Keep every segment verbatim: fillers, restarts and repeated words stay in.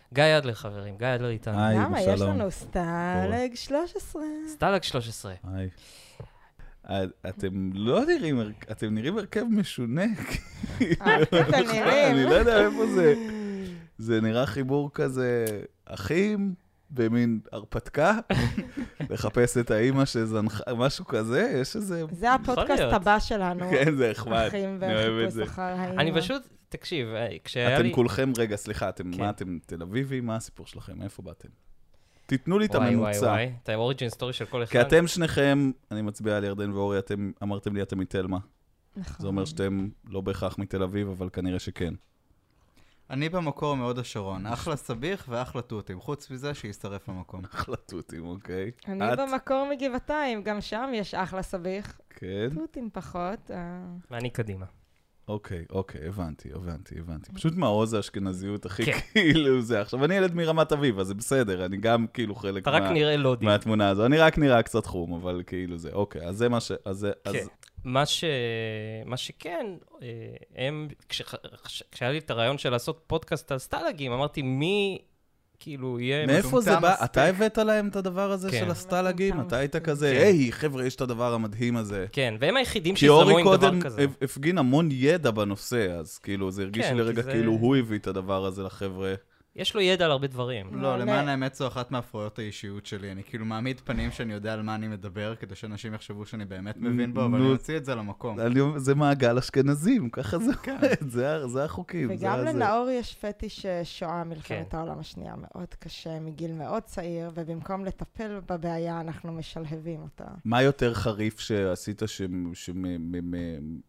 גיא אדלר, חברים, גיא אדלר איתנו. היי, למה? יש שלום. לנו סטלג שלוש עשרה. סטלג שלוש עשרה. היי. אתם לא נראים, אתם נראים הרכב משונה. אתם נראים. אני לא יודע איפה זה. זה נראה חיבור כזה, אחים, במין הרפתקה, לחפש את האימא שזנחה, משהו כזה, יש איזה... זה הפודקאסט הבא שלנו. כן, זה נחמד. אחים אני אוהב את וחיפוש זה. אחר האימא. אני פשוט, תקשיב, כשהיה לי... אתם כולכם, רגע, סליחה, אתם, כן. מה אתם תל אביבי? מה הסיפור שלכם? איפה באתם? תיתנו לי את וואי, וואי, הממוצע. וואי, את האוריג'ין סטורי של כל אחד. כי אתם שניכם, אני מצביע על ירדן ואורי, אתם אמרתם לי אתם מתלמה. נכון. זה אומר שאתם לא בהכרח מתל אביב, אבל כנראה שכן. אני במקור מאוד השרון, אחלה סביח ואחלה תותים, חוץ מזה שישתרף למקום. אחלה תותים, אוקיי. אני את? במקור מגבעתיים, גם שם יש אחלה סביח. כן. תותים פחות. אה, ואני קדימה. אוקיי, אוקיי, הבנתי, הבנתי, הבנתי. פשוט מעוז האשכנזיות הכי כן. כאילו זה. עכשיו, אני ילד מרמת אביב, אז זה בסדר, אני גם כאילו חלק אתה רק מה- נראה לודי. מהתמונה הזו. אני רק נראה קצת חום, אבל כאילו זה. אוקיי, אז זה מה ש... אז זה... אז- כן. מה ש... מה שכן, אה, הם, כשח- כשהיה לי את הרעיון של לעשות פודקאסט על סטלגים, אמרתי, מי כאילו יהיה... מאיפה זה מטומטם בא? מספיק. אתה הבאת להם את הדבר הזה כן. של הסטלגים? מטומטם אתה היית מספיק. כזה, כן. היי, חבר'ה, יש את הדבר המדהים הזה. כן, והם היחידים כי שיזרמו אורי עם דבר קודם כזה. הפגין המון ידע בנושא, אז כאילו זה הרגיש כן, לי לרגע כי זה- כאילו הוא הביא את הדבר הזה לחבר'ה. יש לו ידע על הרבה דברים. לא, מעולה. למען האמת זו אחת מהפרויות האישיות שלי, אני כאילו מעמיד פנים שאני יודע על מה אני מדבר, כדי שאנשים יחשבו שאני באמת מבין בו, אבל נו. אני מוציא את זה למקום. אני אומר, זה מעגל אשכנזים, ככה זה עובד, זה ה- זה החוקים. זה וגם הזה. לנאור יש פטיש שואה מלחמת כן. העולם השנייה מאוד קשה, מגיל מאוד צעיר, ובמקום לטפל בבעיה, אנחנו משלהבים אותה. מה יותר חריף שעשית ש... ש... מ... מ... מ...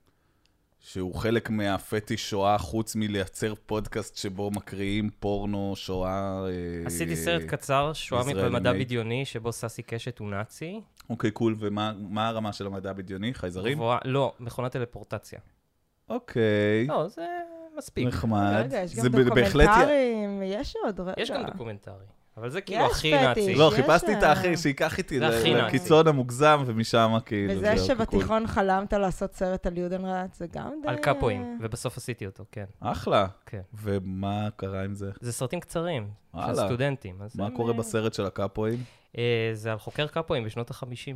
שהוא חלק מהפטיש שואה, חוץ מלייצר פודקאסט שבו מקריאים פורנו, שואה... אה, עשיתי סרט קצר, שואה ישראלי במדע מייד. בדיוני, שבו ססי קשת הוא נאצי. אוקיי, קול, ומה מה הרמה של המדע בדיוני? חייזרים? גבוהה- לא, מכונת טלפורטציה. אוקיי, לא, זה מספיק. נחמד. רגע, יש זה גם ב- בהחלט י- דוקומנטרים, יש עוד, רגע. יש גם דוקומנטרי, אבל זה כאילו יש הכי פטיש. נאצי. לא, יש חיפשתי את ה- האחר שייקח איתי זה הכי ל- נאצי. לקיצון המוגזם, ומשם כאילו... וזה זהו, קול. שבתיכון חלמת לעשות סרט על יודנראט, זה גם די... על קאפואים, ובסוף עשיתי אותו, כן. אחלה. כן. ומה קרה עם זה? זה סרטים קצרים, של וואלה. סטודנטים. אז מה הם, קורה אה, בסרט של הקאפואים? אה, זה על חוקר קאפואים בשנות החמישים,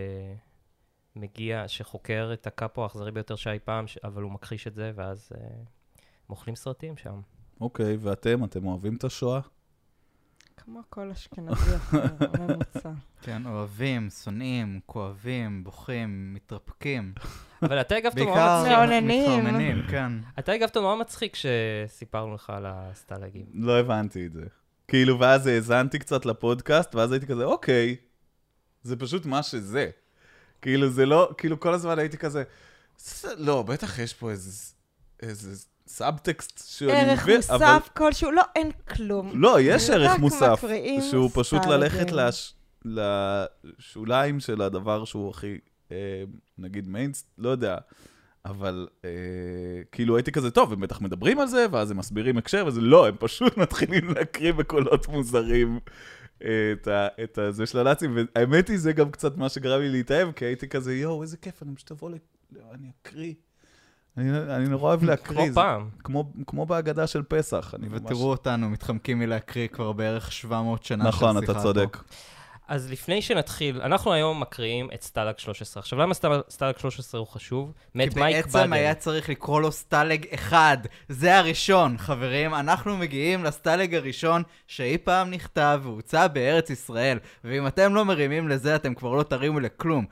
שמגיע, שחוקר את הקאפו האכזרי ביותר שהי פעם, ש- אבל הוא מכחיש את זה, ואז אה, מוכלים סרטים שם. אוקיי, ואתם? אתם אוהבים את השואה? כמו כל אשכנזי אחר, הממוצע. כן, אוהבים, שונאים, כואבים, בוכים, מתרפקים. אבל אתה הגבת נורא בעיקר מצחיק. מעוננים. מתחרמנים, כן. אתה הגבת נורא מצחיק כשסיפרנו לך על הסטלגים. לא הבנתי את זה. כאילו, ואז האזנתי קצת לפודקאסט, ואז הייתי כזה, אוקיי, זה פשוט מה שזה. כאילו, זה לא, כאילו, כל הזמן הייתי כזה, "ס- לא, בטח יש פה איזה, איזה סאבטקסט שאני ערך מבין, מוסף כלשהו, לא, אין כלום. לא, יש ערך רק מוסף, מקריאים שהוא פשוט סטלגים. ללכת לש... לשוליים של הדבר שהוא הכי, אה, נגיד מיינס, לא יודע, אבל אה, כאילו הייתי כזה, טוב, הם בטח מדברים על זה, ואז הם מסבירים הקשר, וזה לא, הם פשוט מתחילים להקריא בקולות מוזרים אה, את, ה, את הזה של הנאצים, והאמת היא, זה גם קצת מה שגרם לי להתאהב, כי הייתי כזה, יואו, איזה כיף, אני פשוט אבוא, ל... אני אקריא. אני, אני נורא אוהב להקריא. כמו זה- פעם. כמו, כמו בהגדה של פסח. אני ממש... ותראו אותנו, מתחמקים מלהקריא כבר בערך שבע מאות שנה של שיחה נכון, פה. אתה צודק. אז לפני שנתחיל, אנחנו היום מקריאים את סטלג שלוש עשרה. עכשיו, למה סטלג- סטלג שלוש עשרה הוא חשוב? כי מת מייק בעצם בדן. היה צריך לקרוא לו סטלג אחד. זה הראשון, חברים. אנחנו מגיעים לסטלג הראשון שאי פעם נכתב והוצא בארץ ישראל. ואם אתם לא מרימים לזה, אתם כבר לא תרימו לכלום.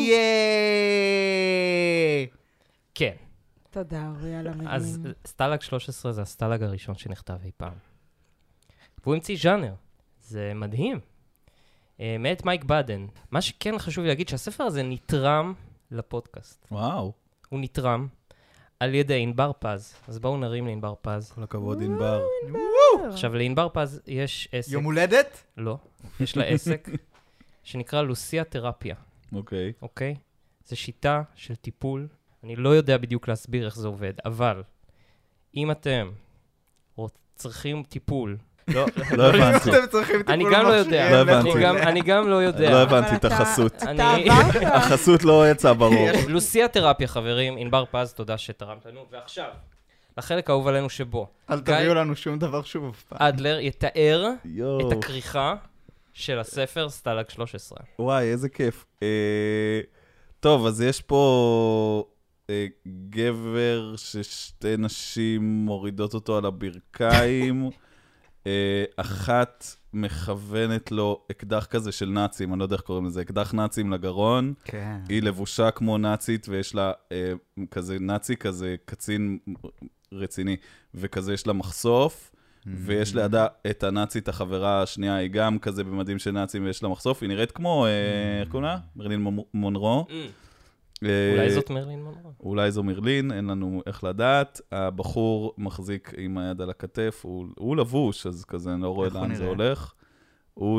ייי! כן. תודה, אורי, על המילים. אז סטלג שלוש עשרה זה הסטלג הראשון שנכתב אי פעם. והוא המציא ז'אנר. זה מדהים. Uh, מאת מייק בדן. מה שכן חשוב לי להגיד שהספר הזה נתרם לפודקאסט. וואו, הוא נתרם על ידי ענבר פז. אז בואו נרים לענבר פז. כל הכבוד, ענבר. עכשיו, לענבר פז יש עסק... יום הולדת? לא. יש לה עסק שנקרא לוסיה תרפיה. אוקיי. אוקיי? זו שיטה של טיפול. אני לא יודע בדיוק להסביר איך זה עובד, אבל אם אתם רוצ- צריכים טיפול, לא, לא הבנתי. אתם צריכים טיפול אני גם לא יודע, לא אני הבנתי. גם- אני גם לא יודע. לא הבנתי את אבל אתה- החסות. אתה אני- עברת? החסות לא יצא ברור. לוסיה תרפיה, חברים, ענבר פז, תודה שתרמת לנו. ועכשיו, לחלק האהוב עלינו שבו. אל גיא- תביאו לנו שום דבר שוב. אדלר יתאר יואו. את הכריכה של הספר סטלג שלוש עשרה. וואי, איזה כיף. אה, טוב, אז יש פה אה, גבר ששתי נשים מורידות אותו על הברכיים. אה, אחת מכוונת לו אקדח כזה של נאצים, אני לא יודע איך קוראים לזה, אקדח נאצים לגרון. כן. היא לבושה כמו נאצית, ויש לה אה, כזה נאצי, כזה קצין רציני, וכזה יש לה מחשוף. ויש לידה את הנאצית, החברה השנייה, היא גם כזה במדים של נאצים ויש לה מחשוף, היא נראית כמו, אה, איך קוראים לה? מרלין מונ- מונרו. אה, אולי זאת מרלין מונרו. אולי זו מרלין, אין לנו איך לדעת. הבחור מחזיק עם היד על הכתף, הוא, הוא לבוש, אז כזה אני לא רואה איך הוא לאן זה נראה? הולך. הוא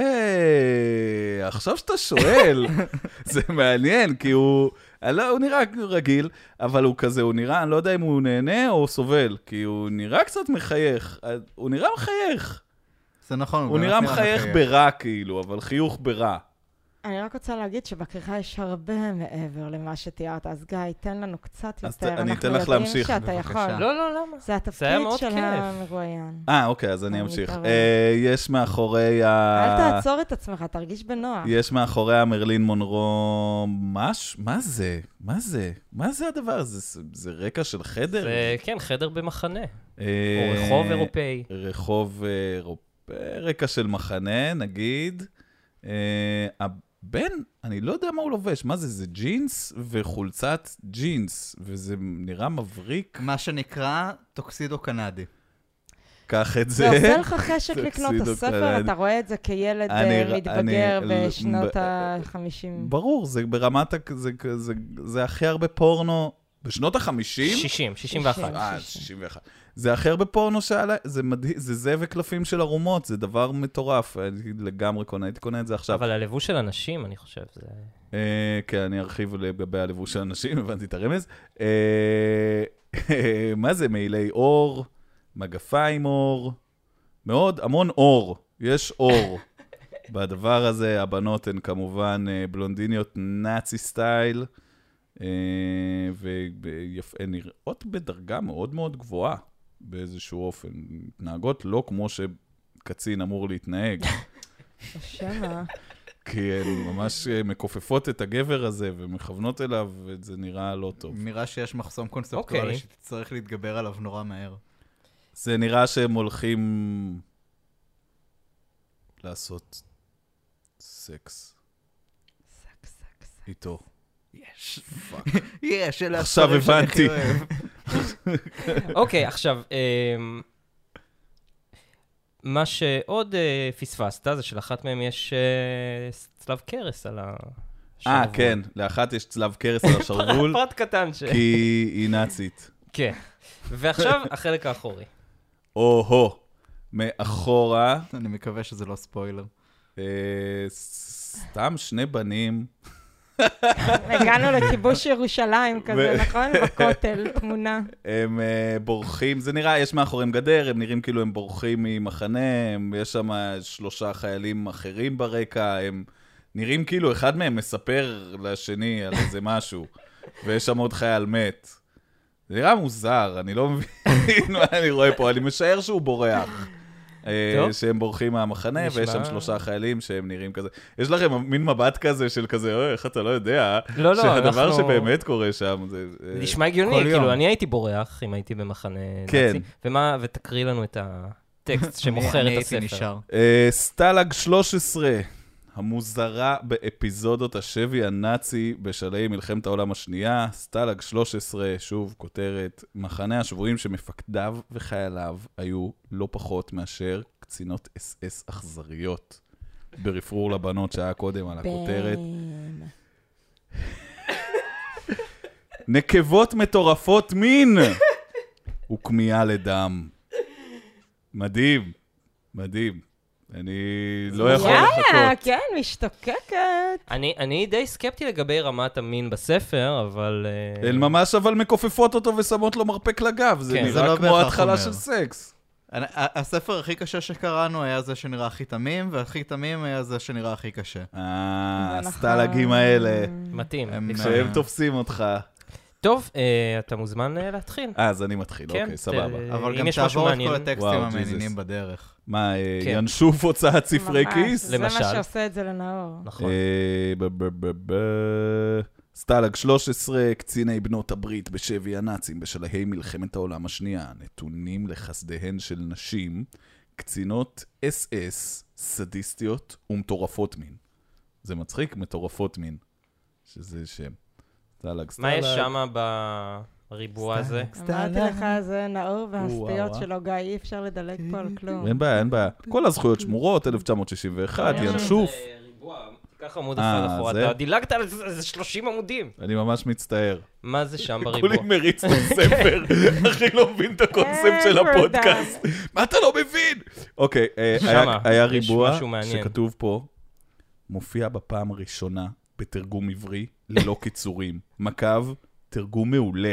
נראה... עכשיו שאתה שואל, זה מעניין, כי הוא... לא, הוא נראה רגיל, אבל הוא כזה, הוא נראה, אני לא יודע אם הוא נהנה או סובל, כי הוא נראה קצת מחייך. הוא נראה מחייך. זה נכון. הוא באמת נראה מחייך מחייך. ברע, כאילו, אבל חיוך ברע. אני רק רוצה להגיד שבכריכה יש הרבה מעבר למה שתיארת, אז גיא, תן לנו קצת אז יותר. ת- אני אתן לך אנחנו יודעים להמשיך, שאתה בבקשה. יכול. לא, לא, למה? זה זה היה התפקיד מאוד של כיף. המרואיין. אה, אוקיי, אז אני אני אמשיך. מתערב. אה, יש מאחורי ה... אל תעצור את עצמך, תרגיש בנוח. יש מאחורי המרלין מונרו... מש? מה זה? מה זה? מה זה הדבר הזה? זה, זה רקע של חדר? זה, כן, חדר במחנה. אה, או רחוב אירופאי. רחוב אה, אירופאי, רקע של מחנה, נגיד. אה, הבן, אני לא יודע מה הוא לובש. מה זה? זה ג'ינס וחולצת ג'ינס, וזה נראה מבריק. מה שנקרא טוקסידו קנדי. קח את זה זה. עושה לך חשק לקנות את טוקסידו הספר, קנדי. אתה רואה את זה כילד אני- אה, מתבגר אני- בשנות ב- ה-חמישים. ברור, זה ברמת, ה- זה, זה, זה, זה הכי הרבה פורנו. בשנות ה-חמישים? שישים, שישים ואחת. אה, שישים ואחת. זה הכי הרבה פורנו שעלה, זה מדהים, זה זה וקלפים של ערומות, זה דבר מטורף. אני לגמרי קונה, הייתי קונה את זה עכשיו. אבל הלבוש של אנשים, אני חושב, זה... אה, כן, אני ארחיב לגבי הלבוש של אנשים, הבנתי את הרמז. אה, מה זה? מעילי אור, מגפיים אור, מאוד, המון אור, יש אור. בדבר הזה, הבנות הן כמובן אה, בלונדיניות נאצי סטייל, אה, והן נראות בדרגה מאוד מאוד גבוהה באיזשהו אופן. מתנהגות לא כמו שקצין אמור להתנהג, שמה. כי הן ממש אה, מכופפות את הגבר הזה ומכוונות אליו, וזה נראה לא טוב. נראה שיש מחסום קונספטואלי אוקיי. שתצטרך להתגבר עליו נורא מהר. זה נראה שהם הולכים לעשות סקס סק, סק, סק. איתו. יש. יש, אלה עכשיו הספרים שאני הכי הבנתי. אוהב. אוקיי, עכשיו, אמ, מה שעוד אה, פספסת זה שלאחת מהם יש אה, צלב קרס על השרוול. אה, כן, לאחת יש צלב קרס על השרוול, פרט קטן ש... כי היא נאצית. כן. ועכשיו החלק האחורי. או-הו, מאחורה, אני מקווה שזה לא ספוילר. אה, סתם שני בנים, הגענו לכיבוש ירושלים כזה, ו- נכון? בכותל, תמונה. הם אה, בורחים, זה נראה, יש מאחוריהם גדר, הם נראים כאילו הם בורחים ממחנה, הם, יש שם שלושה חיילים אחרים ברקע, הם נראים כאילו אחד מהם מספר לשני על איזה משהו, ויש שם עוד חייל מת. זה נראה מוזר, אני לא מבין מה אני רואה פה, אני משער שהוא בורח. אה, טוב. שהם בורחים מהמחנה, נשמע- ויש שם שלושה חיילים שהם נראים כזה. יש לכם מין מבט כזה של כזה, אוי, איך אתה לא יודע, לא, לא, שהדבר אנחנו- שבאמת קורה שם זה... זה אה, נשמע הגיוני, כל יום. כאילו, אני הייתי בורח אם הייתי במחנה כן. נאצי. ומה, ותקריא לנו את הטקסט שמוכר אני את הייתי הספר. נשאר. אה, סטלג שלוש עשרה, המוזרה באפיזודות השבי הנאצי בשלהי מלחמת העולם השנייה. סטלג שלוש עשרה, שוב כותרת, מחנה השבויים שמפקדיו וחייליו היו לא פחות מאשר קצינות אס אס אכזריות. ברפרור לבנות שהיה קודם על הכותרת. בם. נקבות מטורפות מין וכמיהה לדם. מדהים, מדהים. אני לא יכול יאללה, לחכות. כן, משתוקקת. אני, אני די סקפטי לגבי רמת המין בספר, אבל... אה, הן ממש אבל מכופפות אותו ושמות לו מרפק לגב. זה כן, זה נראה לא כמו בהכרח התחלה אומר. של סקס. אני- ה- הספר הכי קשה שקראנו היה זה שנראה הכי תמים, והכי תמים היה זה שנראה הכי קשה. אה, זה הסטלגים נכון. האלה, מתאים. הם- לפעמים. שהם תופסים אותך. טוב, אה, אתה מוזמן אה, להתחיל. אה, אז אני מתחיל, כן, אוקיי, סבבה. ת- אבל אם גם יש משהו תעבור את מעניין. כל הטקסטים וואו, המעניינים ג'יזוס. בדרך. מה, אה, כן. ינשוף הוצאת ספרי ממש, כיס? זה מה למשל. שעושה את זה לנאור. נכון. אה, ב- ב- ב- ב- סטלג שלוש עשרה, קציני בנות הברית בשבי הנאצים בשלהי מלחמת העולם השנייה, נתונים לחסדיהן של נשים, קצינות אס אס, סדיסטיות ומטורפות מין. זה מצחיק? מטורפות מין. שזה שם. סטלג, סטלג. מה יש שם בריבוע הזה? אמרתי לך, זה נאור והסטיות וואו. שלו, גיא, אי אפשר לדלג פה על כלום. אין בעיה, אין בעיה. כל הזכויות שמורות, אלף תשע מאות שישים ואחת, יש ינשוף. שם, אה, ריבוע, תיקח עמוד אה, אחד אחורה, זה? אתה דילגת על איזה שלושים עמודים. אני ממש מצטער. מה זה שם בריבוע? כולי מריץ את הספר, הכי לא מבין את הקונספט של Ever הפודקאסט. מה אתה לא מבין? אוקיי, אה, היה- שמה, היה יש ריבוע משהו מעניין. שכתוב פה, מופיע בפעם הראשונה בתרגום עברי ללא קיצורים. מקו, תרגום מעולה.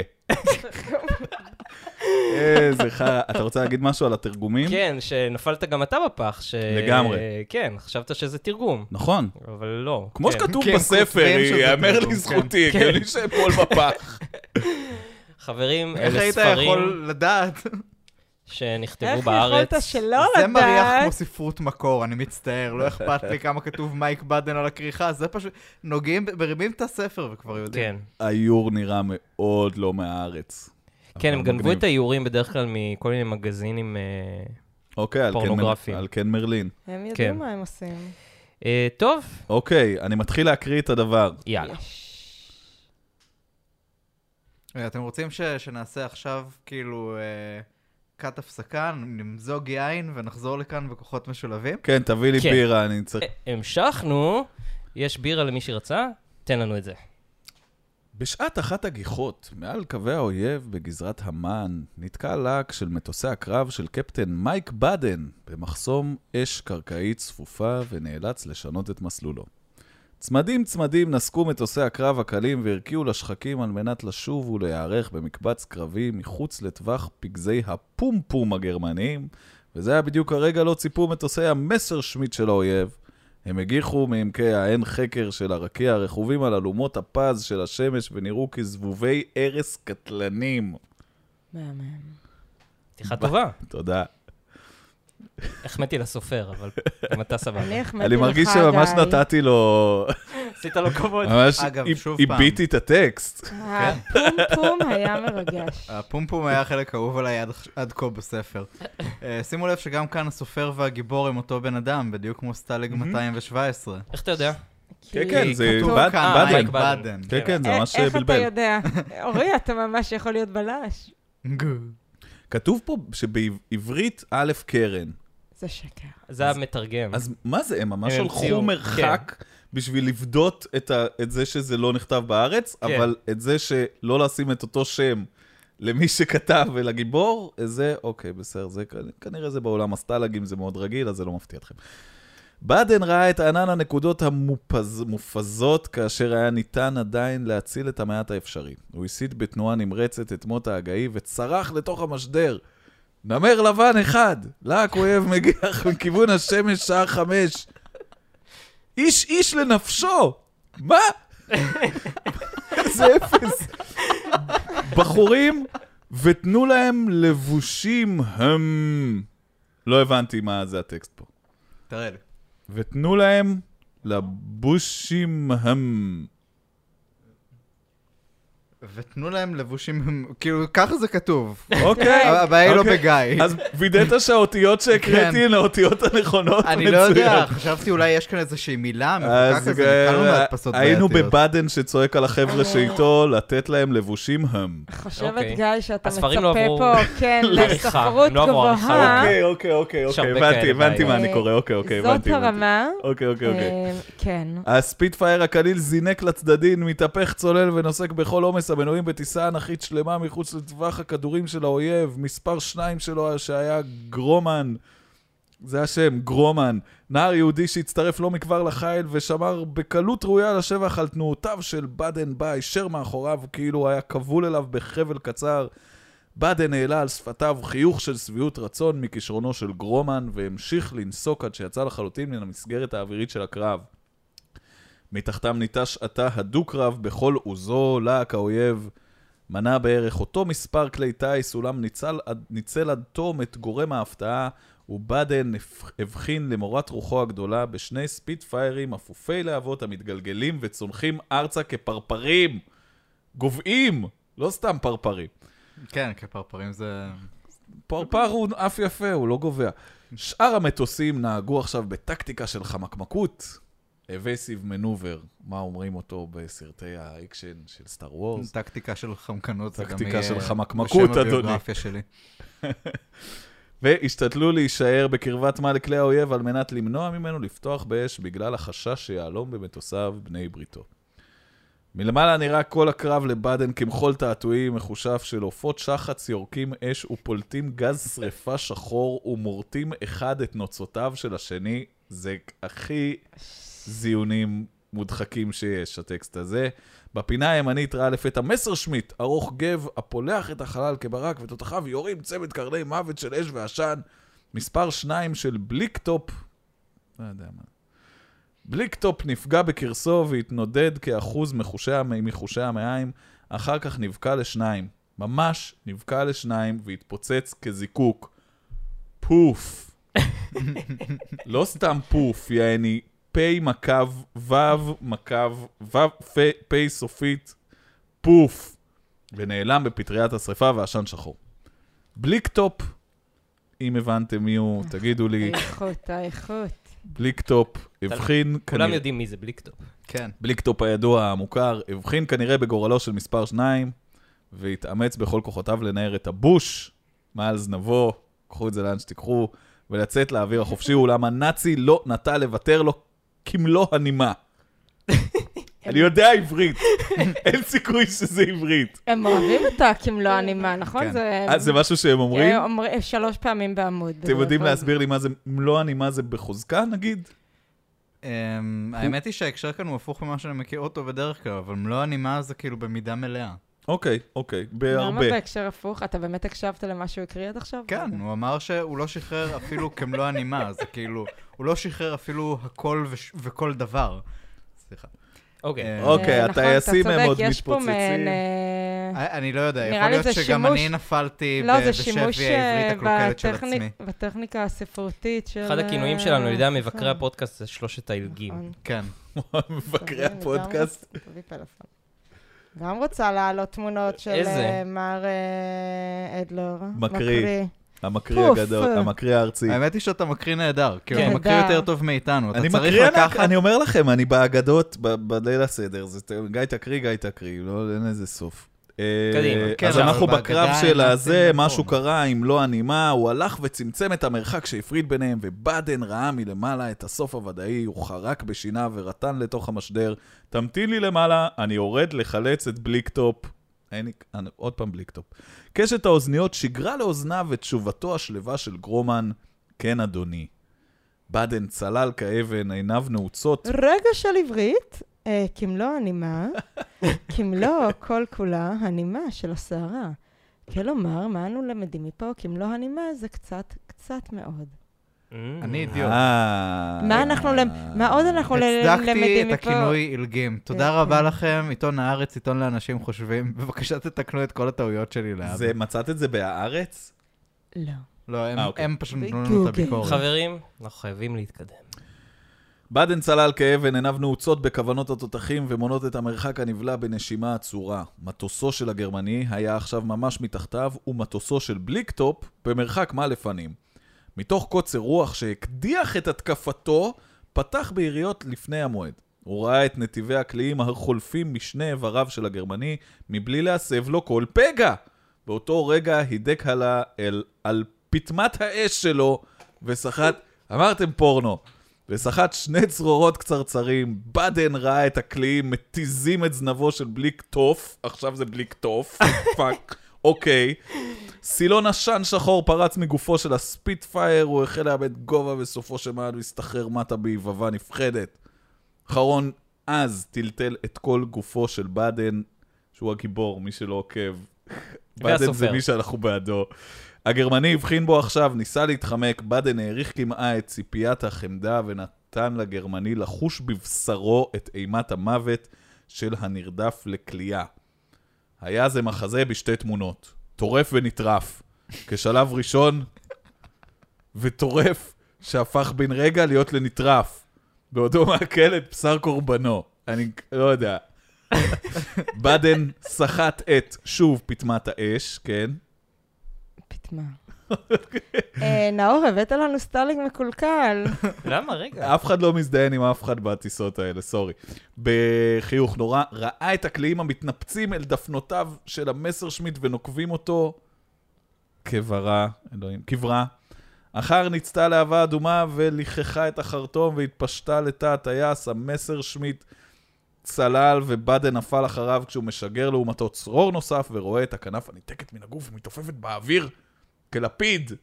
איזה חרא. אתה רוצה להגיד משהו על התרגומים? כן, שנפלת גם אתה בפח. ש- לגמרי. כן, חשבת שזה תרגום, נכון. אבל לא. כמו כן. שכתוב כן, בספר, כותבים שזה יאמר תרגום, לזכותי, כן. הגיוני שאפול בפח. חברים, איך אלה היית ספרים יכול לדעת? שנכתבו איך בארץ. יכולת שלא זה מריח לדעת? כמו ספרות מקור, אני מצטער, לא אכפת לי כמה כתוב מייק בדן על הכריכה, זה פשוט, נוגעים, מרימים את הספר וכבר יודעים. כן. האיור נראה מאוד לא מהארץ. כן, אבל הם גנבו מגניב. את האיורים בדרך כלל מכל מיני מגזינים. אה, אוקיי, על קן מר- פורנוגרפיים. על קן מרלין. הם כן. יודעים מה הם עושים. אה, טוב, אוקיי, אני מתחיל להקריא את הדבר. יאללה. אתם רוצים ש- שנעשה עכשיו כאילו אה, קאט הפסקה, נמזוג יין ונחזור לכאן בכוחות משולבים? כן, תביא לי כן. בירה, אני צריך... אה, המשכנו, יש בירה למי שרצה, תן לנו את זה. בשעת אחת הגיחות, מעל קווי האויב בגזרת המן, נתקע לק של מטוסי הקרב של קפטן מייק בדן במחסום אש קרקעית צפופה ונאלץ לשנות את מסלולו. צמדים צמדים נסקו מטוסי הקרב הקלים והרקיעו לשחקים על מנת לשוב ולהיערך במקבץ קרבי מחוץ לטווח פגזי הפום-פום הגרמניים, וזה היה בדיוק הרגע לא ציפו מטוסי המסר שמיט של האויב. הם הגיחו מעמקי העין חקר של הרקיע הרכובים על אלומות הפז של השמש ונראו כזבובי ערס קטלנים. מהמם. פתיחה טובה. תודה. החמאתי לסופר, אבל גם אתה סבבה. אני החמאתי אני לך, מרגיש שממש גיא. נתתי לו... עשית לו כבוד. ממש אגב, איב- שוב איביתי את הטקסט. הפום-פום היה מרגש. הפומפום היה חלק אהוב עליי עד, עד כה בספר. uh, שימו לב שגם כאן הסופר והגיבור הם אותו בן אדם, בדיוק כמו סטלג מאתיים שבע עשרה. איך אתה יודע? כן, כי- כן, זה כתוב בד- כאן, בדן. מייק בדן. בדן. כן, כן, זה א- ממש איך אתה בלבל. יודע? אורי, אתה ממש יכול להיות בלש. כתוב פה שבעברית א' קרן. זה שקר. זה המתרגם. אז מה זה? הם ממש הם הלכו המציאו, מרחק בשביל לבדות את ה- את זה שזה לא נכתב בארץ, כן. אבל את זה שלא לשים את אותו שם למי שכתב ולגיבור, זה, אוקיי, בסדר, זה כ- כנראה זה בעולם הסטלגים, זה מאוד רגיל, אז זה לא מפתיע אתכם. בדן ראה את ענן הנקודות המופזות, כאשר היה ניתן עדיין להציל את המעט האפשרי. הוא הסיט בתנועה נמרצת את מות ההגאי וצרח לתוך המשדר. נמר לבן אחד, לק אויב מגיח מכיוון השמש שעה חמש. איש איש לנפשו! מה? זה אפס. בחורים, ותנו להם לבושים הם. לא הבנתי מה זה הטקסט פה. תראה לי. ותנו להם לבושים הם. ותנו להם לבושים, כאילו, ככה זה כתוב. אוקיי. הבעיה היא לא אוקיי. בגיא. אז וידאת שהאותיות שהקראתי הן האותיות הנכונות. אני לא יודע, חשבתי אולי יש כאן איזושהי מילה מבוקה אז כזה, נתקלנו אה, מהדפסות היינו בעייתיות. בבדן שצועק על החבר'ה שאיתו לתת להם לבושים הם. חושבת, אוקיי. גיא, שאתה הספרים לא מצפה עברו פה, כן, לעריכה, לספרות הם לא עברו עריכה. גבוהה. אוקיי, אוקיי, אוקיי, יש אוקיי, הרבה הבנתי, כאלה הבנתי מה בעיות. אני קורא, אוקיי, אוקיי, זאת הבנתי. הבנתי. הרמה. אוקיי, אוקיי, אוקיי. אה, כן. הספיטפייר הקליל זינק לצדדים, מתהפך צולל ונוסק בכל עומס המנועים בטיסה אנכית שלמה מחוץ לטווח הכדורים של האויב. מספר שניים שלו שהיה גרומן, זה השם, גרומן, נער יהודי שהצטרף לא מכבר לחיל ושמר בקלות ראויה לשבח על תנועותיו של בדן בא הישר מאחוריו כאילו היה כבול אליו בחבל קצר. בדן העלה על שפתיו חיוך של שביעות רצון מכישרונו של גרומן והמשיך לנסוק עד שיצא לחלוטין מן המסגרת האווירית של הקרב. מתחתם ניטש עתה הדו-קרב בכל עוזו, לק האויב מנה בערך אותו מספר כלי טייס, אולם ניצל, ניצל עד תום את גורם ההפתעה, ובאדן הבחין למורת רוחו הגדולה בשני ספיטפיירים אפופי להבות המתגלגלים וצונחים ארצה כפרפרים. גובעים, לא סתם פרפרים. כן, כפרפרים זה... פרפר הוא אף יפה, הוא לא גובע. שאר המטוסים נהגו עכשיו בטקטיקה של חמקמקות. evasive maneuver, מה אומרים אותו בסרטי האקשן של סטאר וורס? טקטיקה של חמקנות. טקטיקה של חמקמקות, אדוני. בשם הביוגרפיה שלי. והשתדלו להישאר בקרבת מה לכלי האויב על מנת למנוע ממנו לפתוח באש בגלל החשש שיעלום במטוסיו בני בריתו. מלמעלה נראה כל הקרב לבאדן כמחול תעתועי מחושב של עופות שחץ יורקים אש ופולטים גז שריפה שחור ומורטים אחד את נוצותיו של השני. זה הכי זיונים מודחקים שיש, הטקסט הזה. בפינה הימנית ראה לפתע מסר שמיט, ארוך גב, הפולח את החלל כברק ותותחיו יורים צמד קרני מוות של אש ועשן. מספר שניים של בליקטופ, לא יודע מה. בליקטופ נפגע בקרסו והתנודד כאחוז מחושי, מחושי המעיים, אחר כך נבקע לשניים. ממש נבקע לשניים והתפוצץ כזיקוק. פוף. לא סתם פוף, יעני פי מקו, וו מקו, וו פי סופית, פוף. ונעלם בפטריית השריפה והעשן שחור. בליקטופ, אם הבנתם מי הוא, תגידו לי. האיכות, האיכות. בליקטופ, הבחין... כולם יודעים מי זה בליקטופ. כן. בליקטופ הידוע המוכר, הבחין כנראה בגורלו של מספר שניים, והתאמץ בכל כוחותיו לנער את הבוש, מעל זנבו, קחו את זה לאן שתיקחו, ולצאת לאוויר החופשי, אולם הנאצי לא נטה לוותר לו כמלוא הנימה. אני יודע עברית, אין סיכוי שזה עברית. הם אוהבים אותה כמלוא הנימה, נכון? זה משהו שהם אומרים? אומרים שלוש פעמים בעמוד. אתם יודעים להסביר לי מה זה מלוא הנימה זה בחוזקה, נגיד? האמת היא שההקשר כאן הוא הפוך ממה שאני מכיר אותו בדרך כלל, אבל מלוא הנימה זה כאילו במידה מלאה. אוקיי, אוקיי, בהרבה. למה בהקשר הפוך? אתה באמת הקשבת למה שהוא הקריא עד עכשיו? כן, הוא אמר שהוא לא שחרר אפילו כמלוא הנימה, זה כאילו, הוא לא שחרר אפילו הכל וכל דבר. סליחה. אוקיי. אוקיי, הטייסים הם עוד מתפוצצים. אני לא יודע, יכול להיות שגם אני נפלתי בשבי העברית הקלוקלת של עצמי. בטכניקה הספרותית של... אחד הכינויים שלנו, על ידי מבקרי הפודקאסט, זה שלושת האלגים. כן. מבקרי הפודקאסט. גם רוצה להעלות תמונות של מר אדלר. מקריא. המקריא הגדול, המקריא הארצי. האמת היא שאתה מקריא נהדר, כי הוא מקריא יותר טוב מאיתנו. אני מקריא ענק, אני אומר לכם, אני באגדות, בליל הסדר. גיא תקריא, גיא תקריא, אין איזה סוף. אז אנחנו בקרב של הזה, משהו קרה עם לא הנימה, הוא הלך וצמצם את המרחק שהפריד ביניהם, ובאדן ראה מלמעלה את הסוף הוודאי, הוא חרק בשיניו ורתן לתוך המשדר. תמתין לי למעלה, אני יורד לחלץ את בליקטופ. עוד פעם בליקטופ. קשת האוזניות שיגרה לאוזניו את תשובתו השלווה של גרומן, כן אדוני. באדן צלל כאבן, עיניו נעוצות. רגע של עברית, אה, כמלוא הנימה, כמלוא כל כולה הנימה של השערה. כלומר, מה אנו למדים מפה? כמלוא הנימה זה קצת, קצת מאוד. אני אידיוט. מה אנחנו, מה עוד אנחנו למדים מפה? הצדקתי את הכינוי אילגים. תודה רבה לכם, עיתון הארץ, עיתון לאנשים חושבים. בבקשה תתקנו את כל הטעויות שלי לאבא. מצאת את זה בהארץ? לא. לא, הם פשוט נתנו לנו את הביקורת. חברים, אנחנו חייבים להתקדם. באדן צלל כאבן, עיניו נעוצות בכוונות התותחים ומונות את המרחק הנבלע בנשימה עצורה. מטוסו של הגרמני היה עכשיו ממש מתחתיו, ומטוסו של בליקטופ במרחק מה לפנים. מתוך קוצר רוח שהקדיח את התקפתו, פתח ביריות לפני המועד. הוא ראה את נתיבי הקליעים החולפים משני עבריו של הגרמני, מבלי להסב לו כל פגע. באותו רגע הידק עלה אל, על פתמת האש שלו, ושחט, אמרתם פורנו, ושחט שני צרורות קצרצרים. באדן ראה את הקליעים מתיזים את זנבו של בליקטופ, עכשיו זה בליקטופ, פאק. אוקיי, סילון עשן שחור פרץ מגופו של הספיטפייר, הוא החל לאבד גובה וסופו שמעד והסתחרר מטה ביבבה נפחדת. אחרון אז טלטל את כל גופו של באדן, שהוא הגיבור, מי שלא עוקב. באדן זה מי שאנחנו בעדו. הגרמני הבחין בו עכשיו, ניסה להתחמק, באדן העריך כמעה את ציפיית החמדה ונתן לגרמני לחוש בבשרו את אימת המוות של הנרדף לקליעה. היה זה מחזה בשתי תמונות, טורף ונטרף, כשלב ראשון, וטורף שהפך בן רגע להיות לנטרף, בעודו מעכל את בשר קורבנו. אני לא יודע. בדן שחט את, שוב, פטמת האש, כן? פטמה. אה, נאור, הבאת לנו סטלינג מקולקל. למה? רגע. אף אחד לא מזדיין עם אף אחד בטיסות האלה, סורי. בחיוך נורא, ראה את הקליעים המתנפצים אל דפנותיו של המסר שמיט ונוקבים אותו כברה, אלוהים, כברה. אחר ניצתה להבה אדומה ולכחה את החרטום והתפשטה לתא הטייס, המסר שמיט צלל ובדן נפל אחריו כשהוא משגר לעומתו צרור נוסף ורואה את הכנף הניתקת מן הגוף ומתעופפת באוויר כלפיד.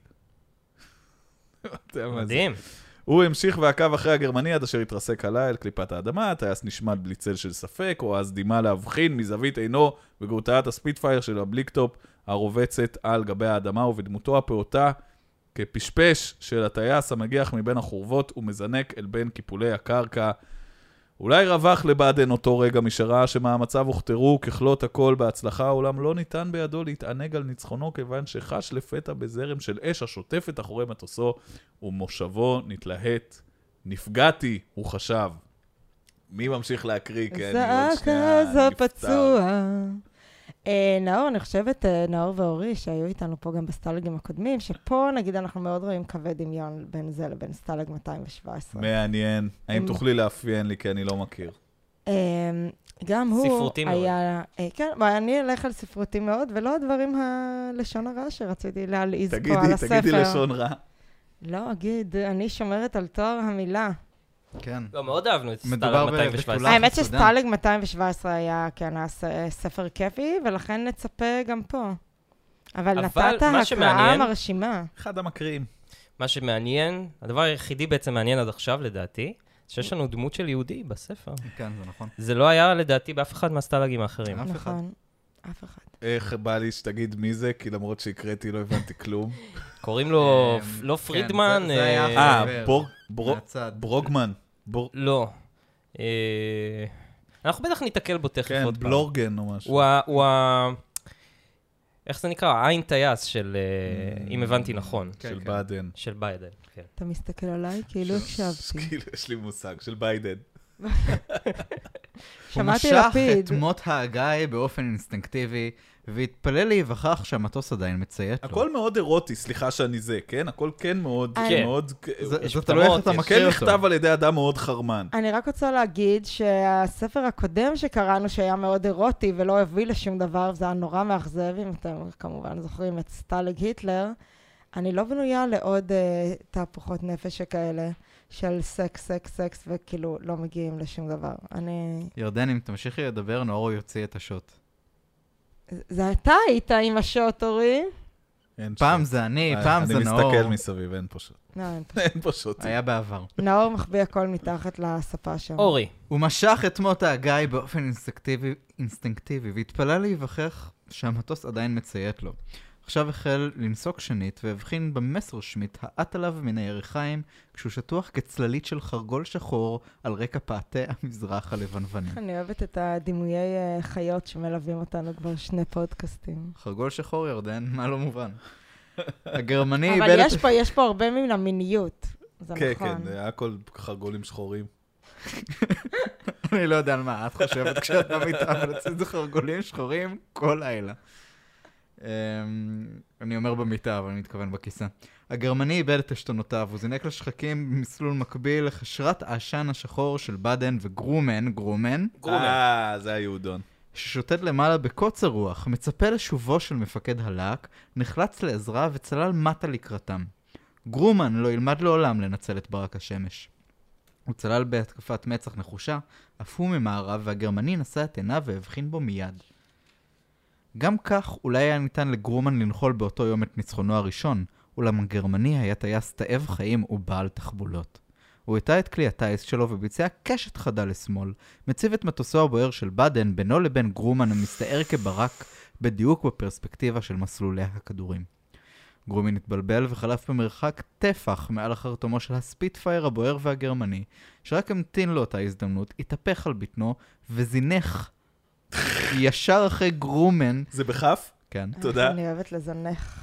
מדהים. הוא המשיך ועקב אחרי הגרמני עד אשר התרסק עלה אל קליפת האדמה, הטייס נשמט בלי צל של ספק, או אז דימה להבחין מזווית עינו בגרוטאת הספיטפייר של הבליקטופ הרובצת על גבי האדמה ובדמותו הפעוטה כפשפש של הטייס המגיח מבין החורבות ומזנק אל בין קיפולי הקרקע. אולי רווח לבדן אותו רגע משרה שמאמציו הוכתרו ככלות הכל בהצלחה, אולם לא ניתן בידו להתענג על ניצחונו כיוון שחש לפתע בזרם של אש השוטפת אחורי מטוסו ומושבו נתלהט. נפגעתי, הוא חשב. מי ממשיך להקריא? כי אני עוד שנייה זעקה זו נפטר. פצוע. אה, נאור, אני חושבת, אה, נאור ואורי, שהיו איתנו פה גם בסטלגים הקודמים, שפה נגיד אנחנו מאוד רואים קווי דמיון בין זה לבין סטלג מאתיים שבע עשרה. מעניין. האם תוכלי לאפיין לי כי אני לא מכיר? אה, גם הוא ספרותי מאוד. היה... אה, כן, אבל אני אלך על ספרותי מאוד, ולא הדברים הלשון הרע שרציתי להלעיז פה תגידי, על הספר. תגידי לשון רע. לא, אגיד, אני שומרת על תואר המילה. כן. לא, מאוד אהבנו את מדובר סטלג מאתיים שבע עשרה. בתולה. האמת סודן. שסטלג מאתיים שבע עשרה היה, כן, היה ס- ספר כיפי, ולכן נצפה גם פה. אבל אבל נתת מה הקראה שמעניין- מרשימה. אחד המקריאים. מה שמעניין, הדבר היחידי בעצם מעניין עד עכשיו לדעתי, שיש לנו דמות של יהודי בספר. כן, זה נכון. זה לא היה לדעתי באף אחד מהסטלגים האחרים. אף אחד. נכון, אף אחד. איך בא לי שתגיד מי זה, כי למרות שהקראתי לא הבנתי כלום. קוראים לו אה, לא כן, פרידמן, זה- זה היה אה, אה, חבר. בור- בור- מהצד. ברוגמן. בור- לא. אה, אנחנו בטח ניתקל בו תכף כן, עוד פעם. בלורגן או משהו. הוא ה... הוא ה... איך זה נקרא? העין טייס של, אה, אם הבנתי נכון, כן, של כן. ביידן. של ביידן. כן. אתה מסתכל עליי כאילו הקשבתי. כאילו, יש לי מושג, של ביידן. הוא שמעתי משך לפיד. את מות האגאי באופן אינסטינקטיבי, והתפלל להיווכח שהמטוס עדיין מציית לו. הכל מאוד אירוטי, סליחה שאני זה, כן? הכל כן מאוד, כן. מאוד... זה יש זה תלוי איך פטמות, אתה יש- מקריא כן אותו. נכתב על ידי אדם מאוד חרמן. אני רק רוצה להגיד שהספר הקודם שקראנו שהיה מאוד אירוטי ולא הביא לשום דבר, וזה היה נורא מאכזב, אם אתם כמובן זוכרים את סטלג היטלר, אני לא בנויה לעוד אה, תהפוכות נפש שכאלה של סקס, סקס, סקס, וכאילו לא מגיעים לשום דבר. אני... ירדן, אם תמשיכי לדבר, נאור יוציא את השוט. זה אתה היית עם השוט, אורי? אין פעם שוט. זה אני, פעם זה אני נאור. מסתכל מסביב, אין פה שוט. לא, אין פה. אין פה שוט. היה בעבר. נאור מחביא הכל מתחת לספה שם. אורי, הוא משך את מות האגאי באופן אינסטינקטיבי, אינסטינקטיבי והתפלל להיווכח שהמטוס עדיין מציית לו. עכשיו החל למסוק שנית והבחין במסר שמיט העט עליו מן הירכיים כשהוא שטוח כצללית של חרגול שחור על רקע פעתי המזרח הלבנווני. אני אוהבת את הדימויי אה, חיות שמלווים אותנו כבר שני פודקאסטים. חרגול שחור ירדן, מה לא מובן? הגרמני אבל איבד יש פה, יש פה הרבה מן המיניות. זה כן, נכון. כן, זה היה הכל חרגולים שחורים. אני לא יודע על מה את חושבת כשאת במיטה, אבל זה חרגולים שחורים כל לילה. אמ, אני אומר במיטה, אבל אני מתכוון בכיסא. הגרמני איבד את עשתונותיו, הוא זינק לשחקים במסלול מקביל לחשרת העשן השחור של בדן וגרומן, גרומן, אה, זה היהודון. ששוטט למעלה בקוצר רוח, מצפה לשובו של מפקד הלהק, נחלץ לעזרה וצלל מטה לקראתם. גרומן לא ילמד לעולם לנצל את ברק השמש. הוא צלל בהתקפת מצח נחושה, אף הוא ממערב, והגרמני נשא את עיניו והבחין בו מיד. גם כך אולי היה ניתן לגרומן לנחול באותו יום את ניצחונו הראשון, אולם הגרמני היה טייס תאב חיים ובעל תחבולות. הוא הטה את כלי הטייס שלו וביצע קשת חדה לשמאל, מציב את מטוסו הבוער של בדן בינו לבין גרומן המסתער כברק בדיוק בפרספקטיבה של מסלולי הכדורים. גרומן התבלבל וחלף במרחק טפח מעל החרטומו של הספיטפייר הבוער והגרמני, שרק המתין לו אותה הזדמנות, התהפך על בטנו וזינך ישר אחרי גרומן, זה בחף? כן, תודה. אני אוהבת לזנח.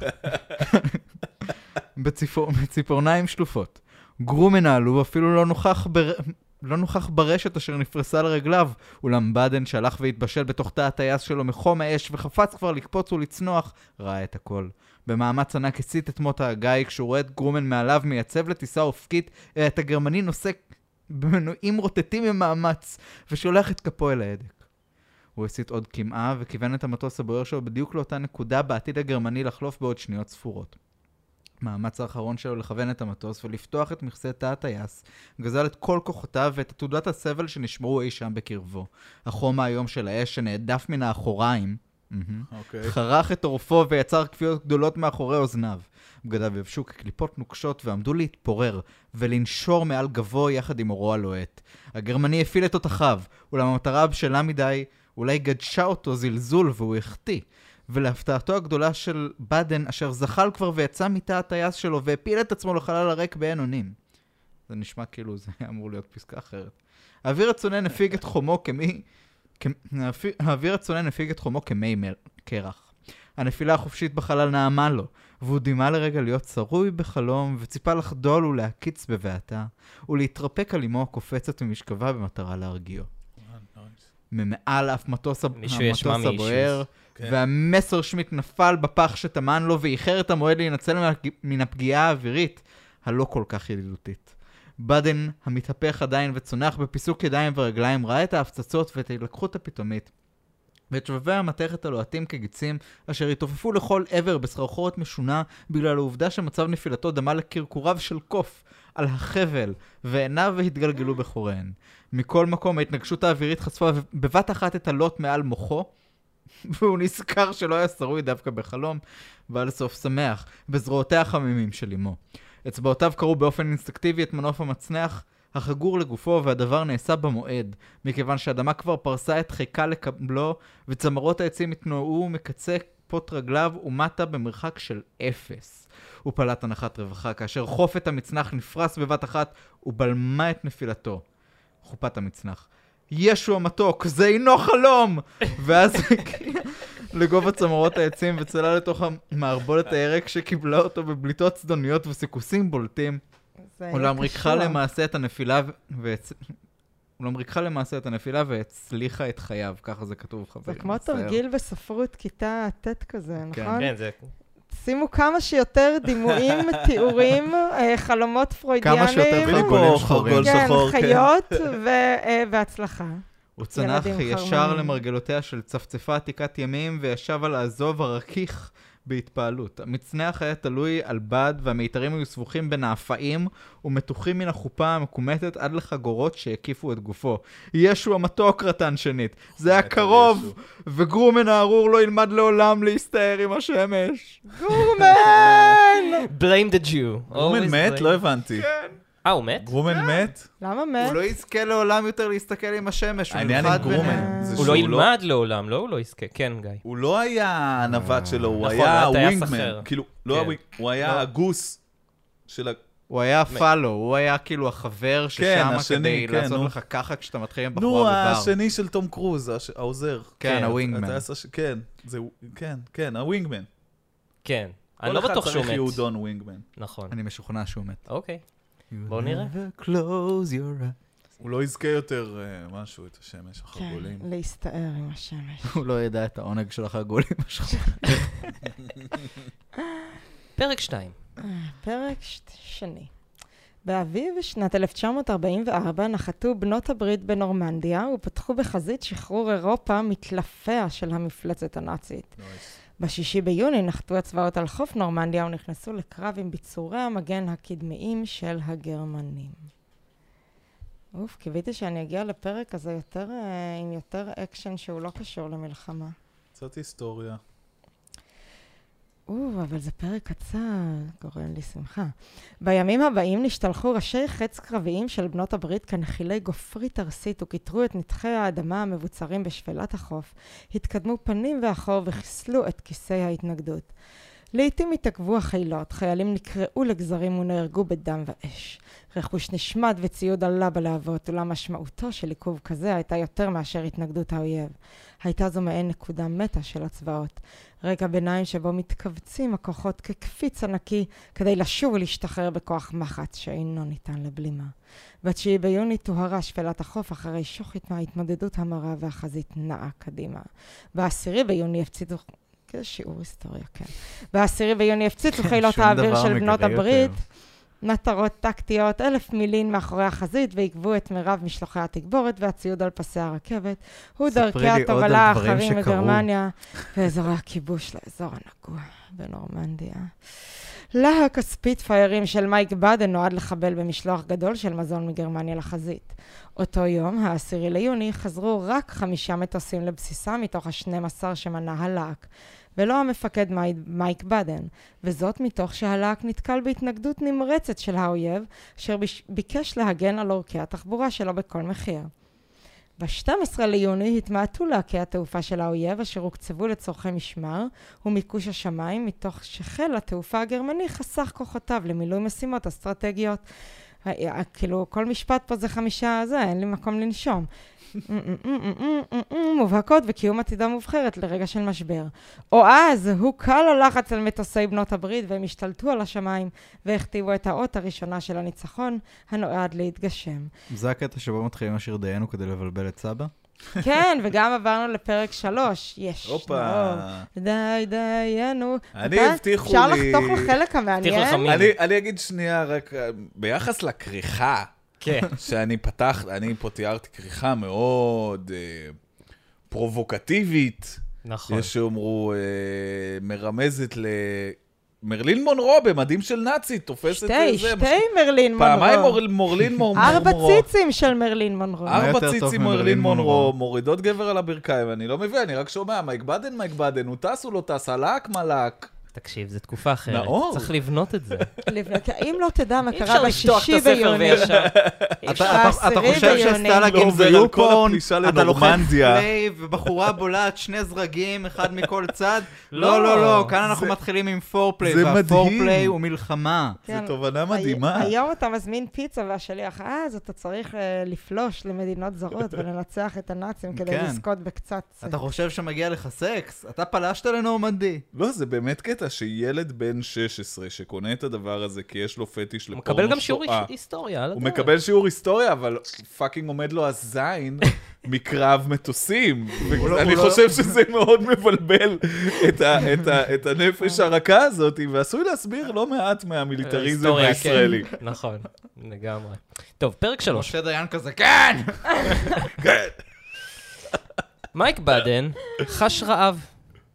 בציפור, בציפורניים שלופות. גרומן העלוב אפילו לא נוכח, בר... לא נוכח ברשת אשר נפרסה לרגליו, אולם בדן שהלך והתבשל בתוך תא הטייס שלו מחום האש וחפץ כבר לקפוץ ולצנוח, ראה את הכל. במאמץ ענק הסיט את מות הגיא כשהוא רואה את גרומן מעליו מייצב לטיסה אופקית, את הגרמני נוסק במנועים רוטטים ממאמץ, ושולח את כפו אל ההדק. הוא הסיט עוד כמעה וכיוון את המטוס הבוער שלו בדיוק לאותה נקודה בעתיד הגרמני לחלוף בעוד שניות ספורות. המאמץ האחרון שלו לכוון את המטוס ולפתוח את מכסה תא הטייס, גזל את כל כוחותיו ואת עתודת הסבל שנשמרו אי שם בקרבו. החום היום של האש שנעדף מן האחוריים, אוקיי. חרך את עורפו ויצר כפיות גדולות מאחורי אוזניו. בגדיו יבשו כקליפות נוקשות ועמדו להתפורר ולנשור מעל גבו יחד עם אורו הלוהט. הגרמני הפעיל את תותחיו, אולם המטרה בשלה מדי אולי גדשה אותו זלזול והוא החטיא. ולהפתעתו הגדולה של בדן, אשר זחל כבר ויצא מתא הטייס שלו והפיל את עצמו לחלל הריק בעין אונים. זה נשמע כאילו זה אמור להיות פסקה אחרת. האוויר הצונן הפיג את חומו כמי... כ... האוויר הצונן הפיג את חומו כמי מר... קרח. הנפילה החופשית בחלל נעמה לו, והוא דימה לרגע להיות צרוי בחלום וציפה לחדול ולהקיץ בבעתה, ולהתרפק על אמו הקופצת ממשכבה במטרה להרגיעו. ממעל אף מטוס, המטוס הבוער, כן. והמסר שמיט נפל בפח שטמן לו ואיחר את המועד להינצל מן הפגיעה האווירית הלא כל כך ידידותית. בדן המתהפך עדיין וצונח בפיסוק ידיים ורגליים ראה את ההפצצות ואת ההתלקחות הפתאומית ואת שבבי המתכת הלוהטים כגיצים אשר התעופפו לכל עבר בסחרחורת משונה בגלל העובדה שמצב נפילתו דמה לקרקוריו של קוף על החבל ועיניו התגלגלו בחוריהן. מכל מקום ההתנגשות האווירית חשפה בבת אחת את הלוט מעל מוחו והוא נזכר שלא היה שרוי דווקא בחלום ועל סוף שמח בזרועותיה החמימים של אמו. אצבעותיו קראו באופן אינסטקטיבי את מנוף המצנח החגור לגופו והדבר נעשה במועד מכיוון שהאדמה כבר פרסה את חיקה לקבלו וצמרות העצים התנועו מקצה פות רגליו ומטה במרחק של אפס. הוא פלט הנחת רווחה כאשר חופת המצנח נפרס בבת אחת ובלמה את נפילתו. חופת המצנח. ישו המתוק, זה אינו חלום! ואז לגובה צמרות העצים וצלה לתוך המערבולת הירק שקיבלה אותו בבליטות צדוניות וסיכוסים בולטים. אולם ריקחה למעשה את הנפילה והצ... אולם ריקחה למעשה את הנפילה והצליחה את חייו. ככה זה כתוב, חברים. זה כמו תרגיל בספרות כיתה ט' כזה, נכון? כן, זה... שימו כמה שיותר דימויים, תיאורים, חלומות פרוידיאנים. כמה שיותר חלגולים שחורים. כן, חיות והצלחה. הוא צנח ישר למרגלותיה של צפצפה עתיקת ימים וישב על העזוב הרכיך בהתפעלות. המצנח היה תלוי על בד והמיתרים היו סבוכים בין האפאים ומתוחים מן החופה המקומטת עד לחגורות שהקיפו את גופו. ישו המתוק רטן שנית. זה היה קרוב וגרומן הארור לא ילמד לעולם להסתער עם השמש. גרומן! blame the Jew. גרומן מת? לא הבנתי. אה, הוא מת? גרומן מת? למה מת? הוא לא יזכה לעולם יותר להסתכל עם השמש. העניין עם גרומן. הוא לא ילמד לעולם, לא? הוא לא יזכה. כן, גיא. הוא לא היה הנווט שלו, הוא נכון, היה הוא היה טייס ווינגמן. אחר. כאילו, לא כן. הווינג, הוא היה הגוס של ה... הוא היה פאלו, הוא היה כאילו החבר ששם השני, כדי כן, לעשות נו. לך ככה כשאתה מתחיל עם נו, בחורה בבר. השני של תום קרוז, הש- העוזר. כן, הווינגמן. הטייס הש- כן, זה, כן, כן, הווינגמן. כן. אני לא בטוח שהוא כל אחד צריך מת. יהודון ווינגמן. נכון. אני משוכנע שהוא מת. אוקיי. בואו נראה. Never close your eyes. הוא לא יזכה יותר אה, משהו, את השמש, כן, החרגולים. להסתער עם השמש. הוא לא ידע את העונג של החרגולים השחורים. פרק שתיים. פרק ש- שני. באביב שנת אלף תשע מאות ארבעים וארבע נחתו בנות הברית בנורמנדיה ופתחו בחזית שחרור אירופה מתלפיה של המפלצת הנאצית. בשישי ביוני נחתו הצבאות על חוף נורמנדיה ונכנסו לקרב עם ביצורי המגן הקדמיים של הגרמנים. אוף, קיוויתי שאני אגיע לפרק הזה יותר, אה, עם יותר אקשן שהוא לא קשור למלחמה. קצת היסטוריה. או, אבל זה פרק קצר, גורם לי שמחה. בימים הבאים נשתלחו ראשי חץ קרביים של בנות הברית כנחילי גופרית ארסית וכיתרו את נתחי האדמה המבוצרים בשפלת החוף, התקדמו פנים ואחור וחיסלו את כיסי ההתנגדות. לעתים התעכבו החילות, חיילים נקראו לגזרים ונהרגו בדם ואש. רכוש נשמד וציוד עלה בלהבות, אולם משמעותו של עיכוב כזה הייתה יותר מאשר התנגדות האויב. הייתה זו מעין נקודה מתה של הצבאות. רגע ביניים שבו מתכווצים הכוחות כקפיץ ענקי כדי לשוב ולהשתחרר בכוח מחץ שאינו ניתן לבלימה. בתשיעי ביוני תוהרה שפלת החוף אחרי שוחית מההתמודדות המרה והחזית נעה קדימה. בעשירי ביוני הפציצו... כזה שיעור היסטוריה, כן. בעשירי ביוני הפציצו חילות האוויר של בנות הברית. מטרות טקטיות, אלף מילין מאחורי החזית, ועקבו את מירב משלוחי התגבורת והציוד על פסי הרכבת. הוא דרכי התובלה האחרים מגרמניה, ואזורי הכיבוש לאזור הנגוע בנורמנדיה. להק הספיטפיירים של מייק באדן נועד לחבל במשלוח גדול של מזון מגרמניה לחזית. אותו יום, העשירי ליוני, חזרו רק חמישה מטוסים לבסיסה מתוך ה-שנים עשר שמנה הלהק. ולא המפקד מייק באדן, וזאת מתוך שהלהק נתקל בהתנגדות נמרצת של האויב, אשר ביקש להגן על אורכי התחבורה שלו בכל מחיר. ב-שנים עשר ליוני התמעטו להקי התעופה של האויב, אשר הוקצבו לצורכי משמר ומיקוש השמיים, מתוך שחיל התעופה הגרמני חסך כוחותיו למילוי משימות אסטרטגיות. כאילו, כל משפט פה זה חמישה זה, אין לי מקום לנשום. מובהקות וקיום עתידה מובחרת לרגע של משבר. או אז הוא קל הלחץ על מטוסי בנות הברית והם השתלטו על השמיים והכתיבו את האות הראשונה של הניצחון הנועד להתגשם. זה הקטע שבו מתחילים לשיר דיינו כדי לבלבל את סבא? כן, וגם עברנו לפרק שלוש. יש. הופה. די דיינו. אני הבטיחו לי... אפשר לחתוך לחלק המעניין? אני אגיד שנייה רק ביחס לכריכה. כן. שאני פתח, אני פה תיארתי כריכה מאוד אה, פרובוקטיבית. נכון. יש שאומרו אה, מרמזת למרלין מונרו במדים של נאצי, תופסת את זה. שתי, שתי מרלין מונרו. פעמיים מור, מורלין מונרו. ארבע ציצים של מרלין מונרו. ארבע ציצים מרלין מונרו, מורידות גבר על הברכיים. אני לא מבין, אני רק שומע, מייק באדן, מייק באדן, הוא טס, הוא לא טס, הלק, מלק. תקשיב, זו תקופה אחרת. נאור. צריך לבנות את זה. אם לא תדע מה אי קרה אפשר לפתוח את בשישי הספר ביוני. וישר. אתה חושב שסטלגים זה עובר על כל יוקורן, הפלישה אתה לוחץ לנורמנדיה. פליי ובחורה בולעת שני זרגים, אחד מכל צד. לא. לא, לא, לא, כאן אנחנו מתחילים עם פורפליי, זה והפורפליי מדהים. הוא מלחמה. זו כן. תובנה מדהימה. היום אתה מזמין פיצה והשליח, אה, אז אתה צריך אה, לפלוש למדינות זרות ולנצח את הנאצים כדי כן. לזכות בקצת. אתה חושב שמגיע לך סקס? אתה פלשת לנורמנדי. לא, זה באמת קטע שילד בן שש עשרה שקונה את הדבר הזה כי יש לו פטיש הוא לפורנו מקבל גם שיעור שואה. היסטוריה, על הוא הדרך. מקבל שיעור היסטוריה, אבל פאקינג עומד לו הזין מקרב מטוסים. ואני חושב שזה מאוד מבלבל את ה- את ה- את הנפש הרכה הזאת, ועשוי להסביר לא מעט מהמיליטריזם היסטוריה, הישראלי. כן. נכון, לגמרי. טוב, פרק שלוש. משה דיין כזה, כן! כן. מייק באדן חש רעב.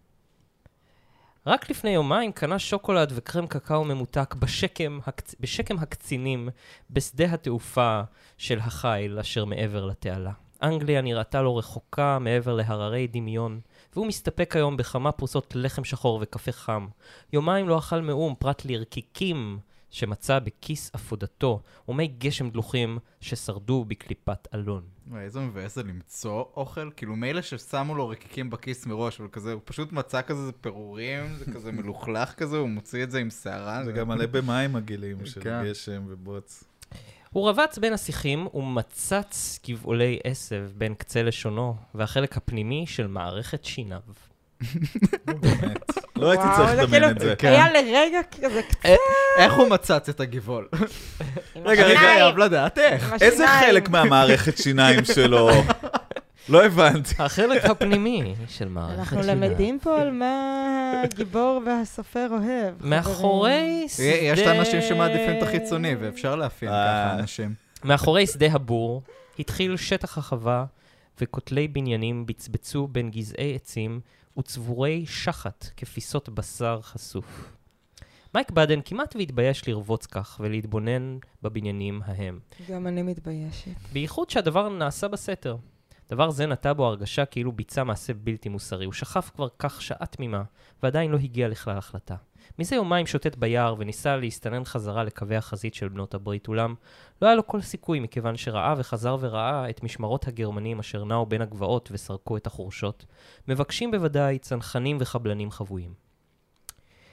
רק לפני יומיים קנה שוקולד וקרם קקאו ממותק בשקם, הקצ... בשקם הקצינים בשדה התעופה של החיל אשר מעבר לתעלה. אנגליה נראתה לו רחוקה מעבר להררי דמיון, והוא מסתפק היום בכמה פרוסות לחם שחור וקפה חם. יומיים לא אכל מאום פרט לרקיקים שמצא בכיס עפודתו, ומי גשם דלוחים ששרדו בקליפת אלון. וואי, איזה מבאס זה למצוא אוכל, כאילו מילא ששמו לו רקיקים בכיס מראש, אבל כזה, הוא פשוט מצא כזה, זה פירורים, זה כזה מלוכלך כזה, הוא מוציא את זה עם שערה. זה גם מלא במים מגעילים של כן. גשם ובוץ. הוא רבץ בין השיחים ומצץ גבעולי עשב בין קצה לשונו, והחלק הפנימי של מערכת שיניו. באמת. לא הייתי וואו, צריך זה לדמיין כאילו- את זה. היה לרגע כזה קצת איך הוא מצץ את הגבעול? עם רגע, רגע, השיניים, חייב לדעת איך. עם איזה השיניים. חלק מהמערכת שיניים שלו? לא הבנתי. החלק הפנימי של מערכת אנחנו שיניו. למדים פה על מה הגיבור והסופר אוהב. מאחורי שדה... יש את האנשים שמעדיפים את החיצוני, ואפשר לאפיין אה. ככה אנשים. מאחורי שדה הבור התחיל שטח החווה, וכותלי בניינים בצבצו בין גזעי עצים וצבורי שחת כפיסות בשר חשוף. מייק באדן כמעט והתבייש לרבוץ כך ולהתבונן בבניינים ההם. גם אני מתביישת. בייחוד שהדבר נעשה בסתר. דבר זה נטע בו הרגשה כאילו ביצע מעשה בלתי מוסרי. הוא שכב כבר כך שעה תמימה, ועדיין לא הגיע לכלל החלטה. מזה יומיים שוטט ביער וניסה להסתנן חזרה לקווי החזית של בנות הברית, אולם לא היה לו כל סיכוי מכיוון שראה וחזר וראה את משמרות הגרמנים אשר נעו בין הגבעות וסרקו את החורשות, מבקשים בוודאי צנחנים וחבלנים חבויים.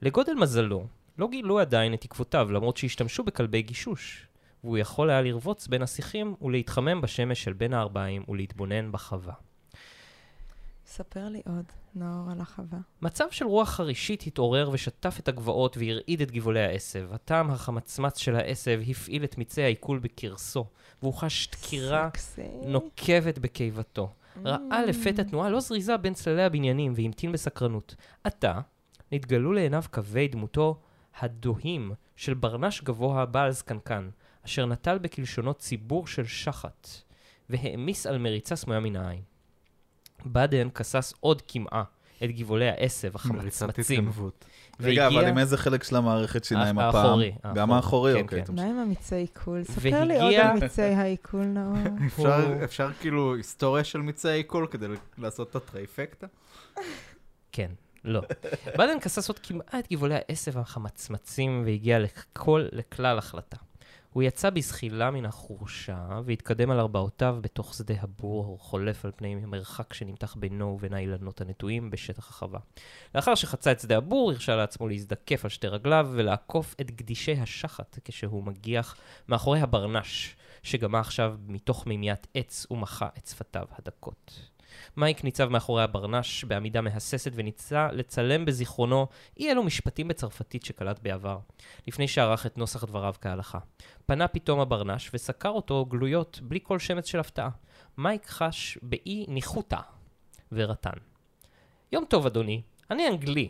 לגודל מזלו, לא גילו עדיין את תקוותיו, למרות שהשתמשו בכלבי גישוש, והוא יכול היה לרבוץ בין השיחים ולהתחמם בשמש של בין הארבעים ולהתבונן בחווה. ספר לי עוד, נאור, על החווה. מצב של רוח חרישית התעורר ושטף את הגבעות והרעיד את גבעולי העשב. הטעם החמצמץ של העשב הפעיל את מיצי העיכול בקרסו, והוא חש דקירה סקסי. נוקבת בקיבתו. ראה לפתע תנועה לא זריזה בין צללי הבניינים והמתין בסקרנות. עתה נתגלו לעיניו קווי דמותו הדוהים של ברנש גבוה בעל זקנקן, אשר נטל בקלשונות ציבור של שחת, והעמיס על מריצה סמויה מן העין. בדן כסס עוד כמעה את גבעולי העשב החמצמצים. רגע, אבל עם איזה חלק של המערכת שיניים הפעם? האחורי. גם האחורי, כן, אוקיי. כן. מה עם המיצי עיכול? ספר לי עוד והגיע- על מיצי העיכול, נאור. אפשר- אפשר כאילו היסטוריה של מיצי עיכול כדי לעשות את הטרייפקטה? כן, לא. בדן כסס עוד כמעט את גבעולי העשב החמצמצים והגיע לכל, לכלל החלטה. הוא יצא בזחילה מן החורשה והתקדם על ארבעותיו בתוך שדה הבור חולף על פני המרחק שנמתח בינו ובין האילנות הנטועים בשטח החווה. לאחר שחצה את שדה הבור, הרשה לעצמו להזדקף על שתי רגליו ולעקוף את גדישי השחת כשהוא מגיח מאחורי הברנש, שגמה עכשיו מתוך מימיית עץ ומחה את שפתיו הדקות. מייק ניצב מאחורי הברנש בעמידה מהססת וניסה לצלם בזיכרונו אי אלו משפטים בצרפתית שקלט בעבר, לפני שערך את נוסח דבריו כהלכה. פנה פתאום הברנש וסקר אותו גלויות בלי כל שמץ של הפתעה. מייק חש באי ניחותה ורטן. יום טוב אדוני, אני אנגלי.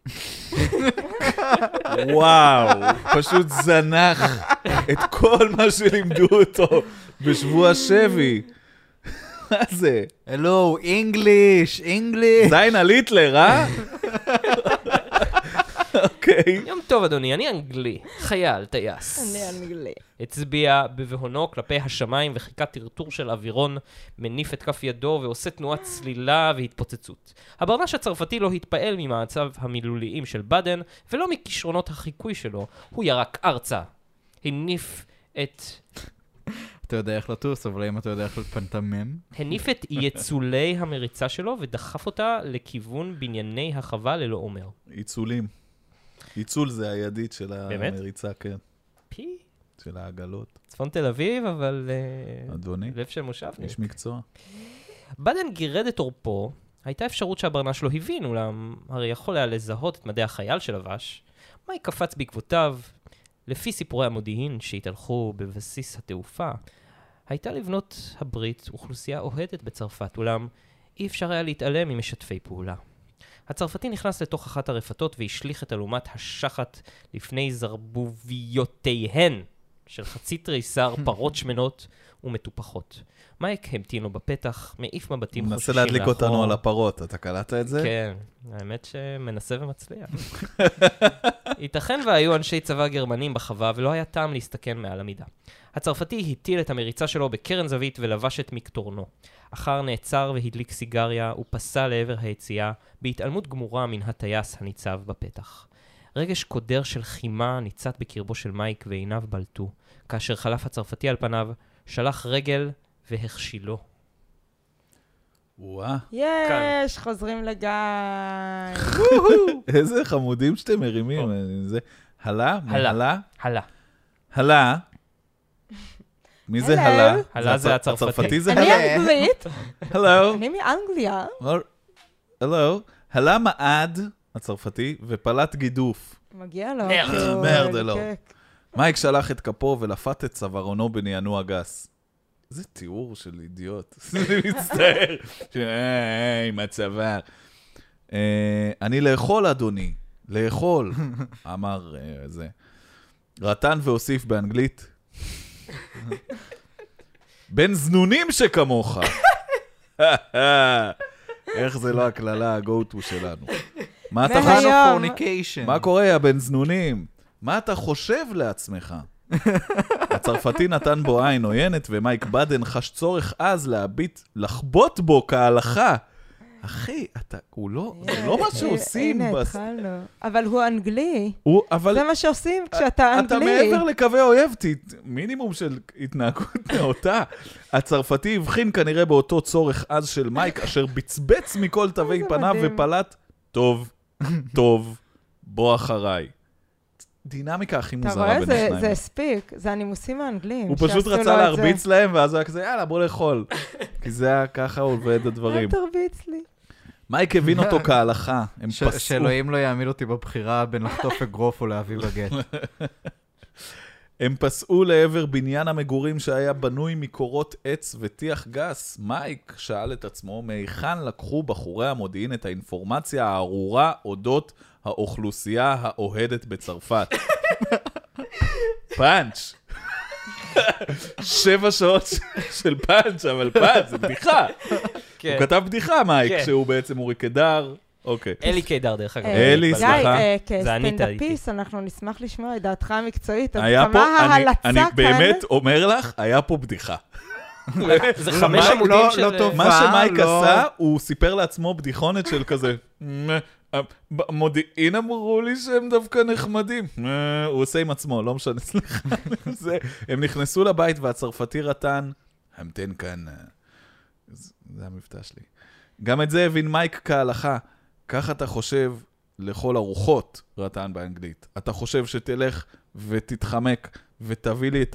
וואו, פשוט זנח את כל מה שלימדו אותו בשבוע שבי. מה זה? הלו, אינגליש, אינגליש. זין על היטלר, אה? אוקיי. יום טוב אדוני, אני אנגלי, חייל, טייס. אני אנגלי. הצביע הצביע בבהונו כלפי השמיים וחיכה טרטור של אווירון, מניף את כף ידו ועושה תנועת צלילה והתפוצצות. הברנש הצרפתי לא התפעל ממעציו המילוליים של בדן ולא מכישרונות החיקוי שלו. הוא ירק ארצה, הניף את... אתה יודע איך לטוס, אבל אם אתה יודע איך לפנטמם? הניף את יצולי המריצה שלו ודחף אותה לכיוון בנייני החווה ללא אומר. עיצולים. עיצול זה הידית של באמת? המריצה, כן. פי, של העגלות. צפון תל אביב, אבל אה, אדוני, לב של מושבניק. איש מקצוע. בדן גירד את עורפו, הייתה אפשרות שהברנש לא הבין, אולם הרי יכול היה לזהות את מדי החייל שלבש. מייק קפץ בעקבותיו. לפי סיפורי המודיעין שהתהלכו בבסיס התעופה, הייתה לבנות הברית אוכלוסייה אוהדת בצרפת, אולם אי אפשר היה להתעלם ממשתפי פעולה. הצרפתי נכנס לתוך אחת הרפתות והשליך את אלומת השחת לפני זרבוביותיהן של חצי תריסר פרות שמנות ומטופחות. מייק המתין לו בפתח, מעיף מבטים הוא חוששים מנסה לאחור. להדליק אותנו על הפרות, אתה קלטת את זה? כן, האמת שמנסה ומצליח. ייתכן והיו אנשי צבא גרמנים בחווה ולא היה טעם להסתכן מעל המידה. הצרפתי הטיל את המריצה שלו בקרן זווית ולבש את מקטורנו. אחר נעצר והדליק סיגריה ופסע לעבר היציאה בהתעלמות גמורה מן הטייס הניצב בפתח. רגש קודר של חימה ניצת בקרבו של מייק ועיניו בלטו. כאשר חלף הצרפתי על פניו, שלח רגל והכשילו. וואה, יש, חוזרים לגיא. איזה חמודים שאתם מרימים. זה הלה? הלה. מהלה? הלה. הלה. מי זה הלו. הלה? הלה זה הצ- הצרפתי. הצרפתי זה אני הלה? אנגלית, הלו. אני מאנגליה. הלו. הלה מעד, הצרפתי, ופלט גידוף. מגיע לו. מרד, כאילו, מרד אלו. כן. מייק שלח את כפו ולפת את צווארונו בנענוע גס. איזה תיאור של אידיוט. אני מצטער. היי, מצבה. אני לאכול, אדוני. לאכול, אמר אה, זה. רטן והוסיף באנגלית. בן זנונים שכמוך. איך זה לא הכללה ה-go-to שלנו. מה אתה והיום- חושב? פורניקיישן. מה קורה, יא בן זנונים? מה אתה חושב לעצמך? הצרפתי נתן בו עין עוינת, ומייק בדן חש צורך אז להביט, לחבוט בו כהלכה. אחי, אתה, הוא לא, זה לא מה שעושים. הנה, בס- התחלנו. אבל הוא אנגלי. הוא, אבל זה מה שעושים כשאתה אתה אנגלי. מעבר לקווי אויב, ת- מינימום של התנהגות נאותה. הצרפתי הבחין כנראה באותו צורך אז של מייק, אשר בצבץ מכל תווי זה פניו מדהים. ופלט, טוב, טוב, בוא אחריי. דינמיקה הכי אתה מוזרה רואה? בין זה- השניים. זה הספיק, זה הנימוסים האנגליים. הוא פשוט שעשו לו רצה את להרביץ זה. להם, ואז הוא היה כזה, יאללה, בוא לאכול. כי זה היה ככה עובד הדברים. אל תרביץ לי. מייק הבין אותו כהלכה, הם ש- פסעו. שאלוהים לא יעמיד אותי בבחירה בין לחטוף אגרוף או להביא בגט. הם פסעו לעבר בניין המגורים שהיה בנוי מקורות עץ וטיח גס. מייק שאל את עצמו, מהיכן לקחו בחורי המודיעין את האינפורמציה הארורה אודות האוכלוסייה האוהדת בצרפת? פאנץ'. שבע שעות של פאנץ', אבל פאנץ', זה בדיחה. כן. הוא כתב בדיחה, מייק, כן. שהוא בעצם אורי קדר. אוקיי. אלי קידר, דרך אגב. אה, אלי, גיא, סליחה. אה, זה אני טעיתי. כסטנדאפיסט, אנחנו נשמח לשמוע את דעתך המקצועית. עד היה כמה פה, אני, ההלצה אני כאן... באמת אומר לך, היה פה בדיחה. זה חמש לא- עמודים לא- של... לא טוב. מה שמייק לא. עשה, הוא סיפר לעצמו בדיחונת של כזה, במודיעין אמרו לי שהם דווקא נחמדים. הוא עושה עם עצמו, לא משנה, סליחה. זה- הם נכנסו לבית והצרפתי רטן, המתן כאן. זה זה המבטא שלי. גם את זה הבין מייק כהלכה. כך אתה חושב לכל הרוחות, רטן באנגלית. אתה חושב שתלך ותתחמק ותביא לי את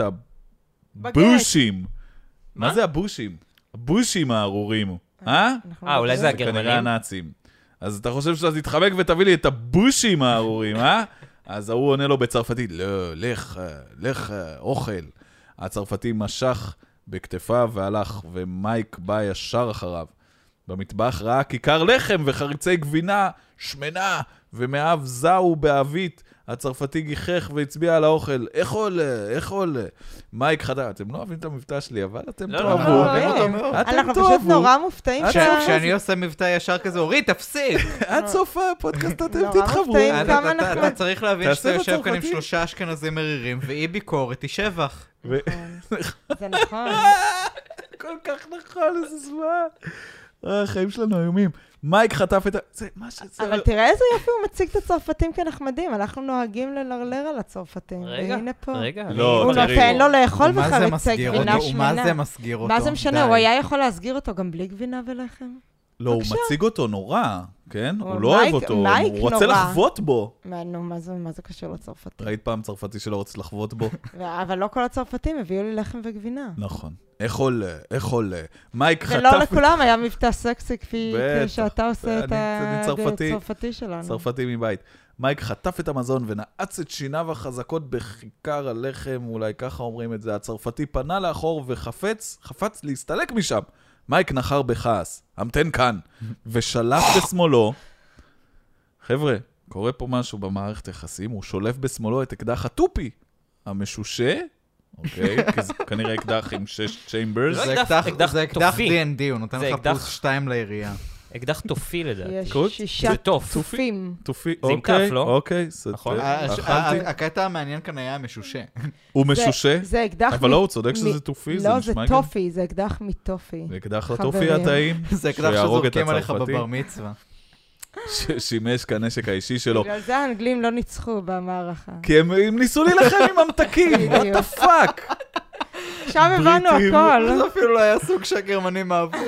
הבושים. מה זה הבושים? הבושים הארורים. אה? אנחנו אה, אולי זה מדברים- הגרמנים? כנראה הנאצים. אז אתה חושב שאתה תתחמק ותביא לי את הבושים הארורים, אה? אז ההוא עונה לו בצרפתית, לא, לך, לך, אוכל. הצרפתי משך בכתפיו והלך, ומייק בא ישר אחריו. במטבח ראה כיכר לחם וחריצי גבינה, שמנה, ומאב זהו באבית. הצרפתי גיחך והצביע על האוכל. אכול, אכול. מייק חדה, אתם לא אוהבים את המבטא שלי, אבל אתם לא, לא, תאהבו. אנחנו אוהבים אוהבים. אותו מאוד. אתם אנחנו פשוט תאהבו. נורא מופתעים את- כש- שה- כשאני עושה מבטא ישר כזה, אורי, תפסיק! עד סוף הפודקאסט אתם נורא תתחברו. מופתעים. אתה- כמה אתה- אנחנו- אתה צריך להבין תעשה שאתה יושב כאן עם בצרפתית. שלושה אשכנזים מרירים, ואי ביקורת היא שבח. ו- זה נכון. כל כך נכון, איזה זמן. אה, החיים שלנו איומים. מייק חטף את ה... זה מה שזה... אבל תראה איזה יופי הוא מציג את הצרפתים כנחמדים. אנחנו נוהגים ללרלר על הצרפתים. רגע, והנה פה. רגע. לא, הוא תראי. נותן לו לאכול ומה זה בחריצי מסגיר גבינה אותו? ומה שמנה. זה מסגיר אותו? מה זה משנה? די. הוא היה יכול להסגיר אותו גם בלי גבינה ולחם? לא, הוא בבקשה. מציג אותו נורא, כן? הוא הוא לא אוהב מייק- אותו, מייק הוא רוצה נורא. לחוות בו. מה, נו, מה זה, מה זה קשור לצרפתים? ראית פעם צרפתי שלא רוצה לחוות בו? ו- אבל לא כל הצרפתים הביאו לי לחם וגבינה. נכון. אכול, אכול. מייק חטף... ולא לכולם היה מבטא סקסי כפי בטח. שאתה עושה את אני- אני צרפתי. הצרפתי שלנו. צרפתי מבית. מייק חטף את המזון ונעץ את שיניו החזקות בכיכר הלחם, אולי ככה אומרים את זה. הצרפתי פנה לאחור וחפץ, חפץ להסתלק משם. מייק נחר בכעס, המתן כאן, ושלף בשמאלו. חבר'ה, קורה פה משהו במערכת יחסים, הוא שולף בשמאלו את אקדח הטופי, המשושה, אוקיי, כי זה כנראה אקדח עם שש צ'יימברס. לא זה אקדח- אקדח- אקדח זה אקדח תופי. די אנד די, הוא נותן זה לך אקדח- פלוס שתיים לעירייה. אקדח תופי לדעתי. יש קוד? שישה זה טוף. טופים. טופי, זה עם אוקיי, כף, לא? אוקיי, סתם. נכון. ה- ש- אכלתי. ה- הקטע המעניין כאן היה המשושה. הוא זה- משושה, זה אקדח... אבל מ- לא, הוא צודק מ- שזה טופי, זה לא, זה נשמע גם. טופי, זה אקדח מטופי. זה אקדח חברים. לטופי הטעים, זה אקדח שיהרוג את שזורקים עליך הצרפתי, בבר מצווה. ששימש כנשק האישי שלו. בגלל זה האנגלים לא ניצחו במערכה. כי הם, הם ניסו להילחם עם ממתקים, what בדיוק. the fuck? עכשיו הבנו בריטים. הכל. זה אפילו לא היה סוג שהגרמנים אהבו.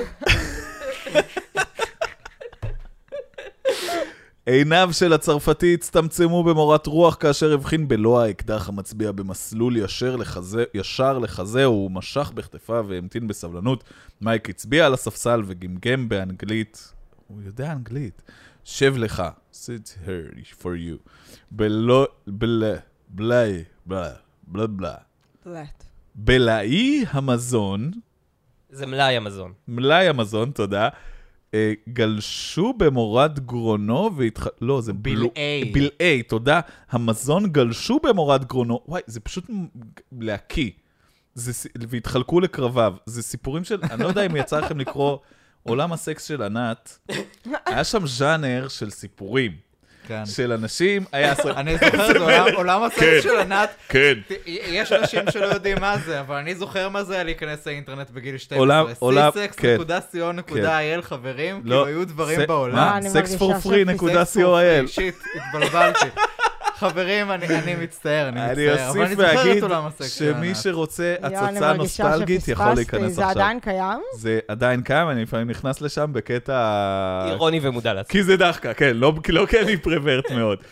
עיניו של הצרפתי הצטמצמו במורת רוח כאשר הבחין בלוע האקדח המצביע במסלול ישר לחזה, ישר לחזה, הוא משך בכתפיו והמתין בסבלנות. מייק הצביע על הספסל וגמגם באנגלית, הוא יודע אנגלית, שב לך, sit here for you, בלא, בלה, בלה, בלה, בלה, בלה. פלט. בלעי המזון, זה מלאי המזון. מלאי המזון, תודה, אה, גלשו במורד גרונו והתח... לא, זה בלו... בלעי. בלעי, תודה. המזון גלשו במורד גרונו. וואי, זה פשוט מ- להקיא. זה... ס- והתחלקו לקרביו. זה סיפורים של... אני לא יודע אם יצא לכם לקרוא עולם הסקס של ענת. היה שם ז'אנר של סיפורים. כן. של אנשים, היה... עשר- אני זוכר, זה עולם- עולם כן. הסקס של ענת. כן. ת- יש אנשים שלא יודעים מה זה, אבל אני זוכר מה זה היה להיכנס לאינטרנט בגיל עולם- שתים עשרה. עולם- סי סקס כן. נקודה סי או נקודה איי אל חברים, לא, כאילו היו דברים זה- בעולם. מה? אני סקס פור מרגישה פרי שפי- נקודה סקס סי או איי אל. פור פרי, שיט, התבלבלתי. חברים, אני אני מצטער, אני אני מצטער, אבל אני אוסיף זוכר ואגיד את עולם הסקס של שמי ענת. שרוצה יואו, אני הצצה מרגישה נוסטלגית יכול שפספסתי. להיכנס זה עכשיו. עדיין קיים? זה עדיין קיים, אני לפעמים נכנס לשם בקטע... אירוני ומודע לעצמי. כי זה דחקה, כן, לא, כי לא כי אני פרוורט מאוד.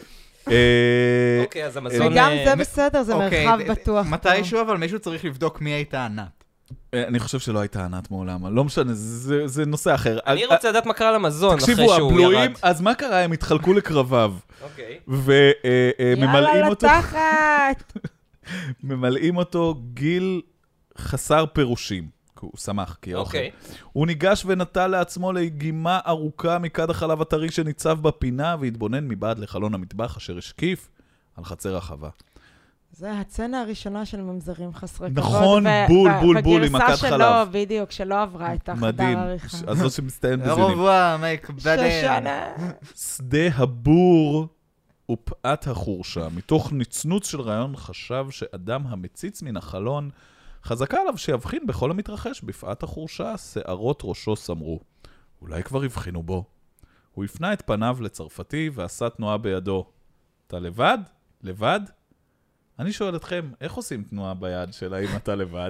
אוקיי, אז המזון... וגם זה בסדר, זה אוקיי, מרחב ד- בטוח. מתישהו, אבל מישהו צריך לבדוק מי הייתה ענת. אני חושב שלא הייתה ענת מעולם, לא משנה, זה זה נושא אחר. אני רוצה לדעת מה קרה למזון אחרי תקשיבו, שהוא הבלויים, ירד. אז מה קרה? הם התחלקו לקרביו. אוקיי. וממלאים יאללה אותו... לתחת! ממלאים אותו גיל חסר פירושים. כי הוא שמח, כי אוכל. אוקיי. הוא ניגש ונטל לעצמו לגימה ארוכה מכד החלב הטרי שניצב בפינה, והתבונן מבעד לחלון המטבח אשר השקיף על חצר החווה. זה הצצנה הראשונה של ממזרים חסרי כבוד. נכון, ו- בול, ו- בול, בול עם בגרסה הכד שלו, חלב. בדיוק, שלא עברה את החדר מדהים. העריכה. אז זאת שמסתיים בזינים. רובוע, מייק בדן. שושנה. שדה הבור ופאת החורשה. מתוך נצנוץ של רעיון חשב שאדם המציץ מן החלון, חזקה עליו שיבחין בכל המתרחש בפאת החורשה, שערות ראשו סמרו. אולי כבר הבחינו בו. הוא הפנה את פניו לצרפתי ועשה תנועה בידו. אתה לבד? לבד? אני שואל אתכם, איך עושים תנועה ביד של האם אתה לבד?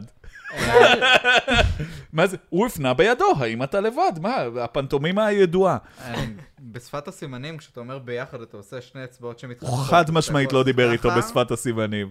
מה זה? הוא הפנה בידו, האם אתה לבד? מה? הפנטומימה הידועה. בשפת הסימנים, כשאתה אומר ביחד, אתה עושה שני אצבעות שמתחלפות. הוא חד משמעית לא דיבר איתו ככה. בשפת הסימנים.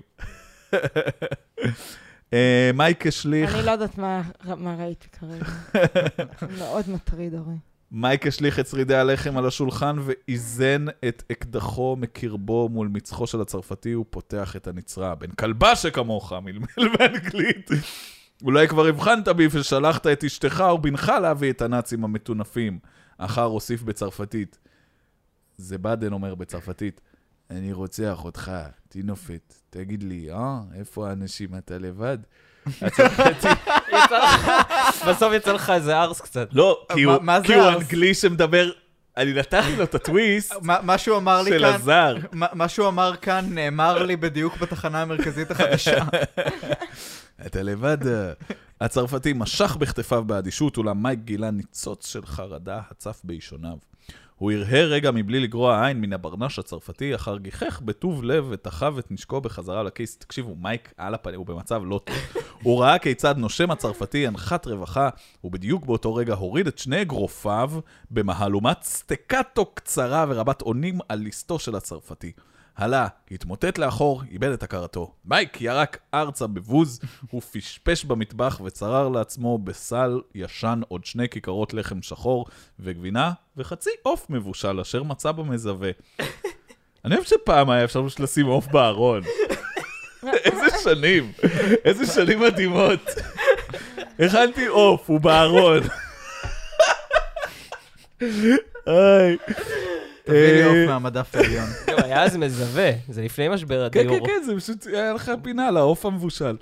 אה, מייק השליך... אני לא יודעת מה מה ראיתי כרגע. מאוד מטריד, אורי. מייק השליך את שרידי הלחם על השולחן ואיזן את אקדחו מקרבו מול מצחו של הצרפתי, הוא פותח את הנצרה. בן כלבה שכמוך, מלמל באנגלית. אולי כבר הבחנת בי ושלחת את אשתך ובנך להביא את הנאצים המטונפים. אחר הוסיף בצרפתית. זה בדן אומר בצרפתית. אני רוצח אותך, תינופת. תגיד לי, אה? איפה האנשים? אתה לבד? הצרפתי... בסוף יצא לך איזה ארס קצת. לא, כי מה- הוא מה זה כי הוא אז? אנגלי שמדבר... אני נתתי לו את הטוויסט מה מה שהוא אמר לי של כאן, הזר. מה מה שהוא אמר כאן נאמר לי בדיוק בתחנה המרכזית החדשה. אתה לבד. הצרפתי משך בכתפיו באדישות, אולם מייק גילה ניצוץ של חרדה הצף באישוניו. הוא הרהר רגע מבלי לגרוע עין מן הברנש הצרפתי, אחר גיחך בטוב לב ותחב את נשקו בחזרה לכיס. תקשיבו, מייק על הפנים, הוא במצב לא טוב. הוא ראה כיצד נושם הצרפתי הנחת רווחה, ובדיוק באותו רגע הוריד את שני אגרופיו במהלומת סטקטו קצרה ורבת אונים על ליסטו של הצרפתי. הלה, התמוטט לאחור, איבד את הכרתו. מייק ירק ארצה בבוז, הוא פשפש במטבח וצרר לעצמו בסל ישן עוד שני כיכרות לחם שחור וגבינה וחצי עוף מבושל אשר מצא במזווה. אני חושב שפעם היה אפשר פשוט לשים עוף בארון. איזה שנים, איזה שנים מדהימות. הכנתי עוף, הוא בארון. איי. תביא לי עוף מהמדף העליון. גם היה אז מזווה, זה לפני משבר כן, הדיור. כן, כן, זה פשוט היה לך פינה לעוף המבושל.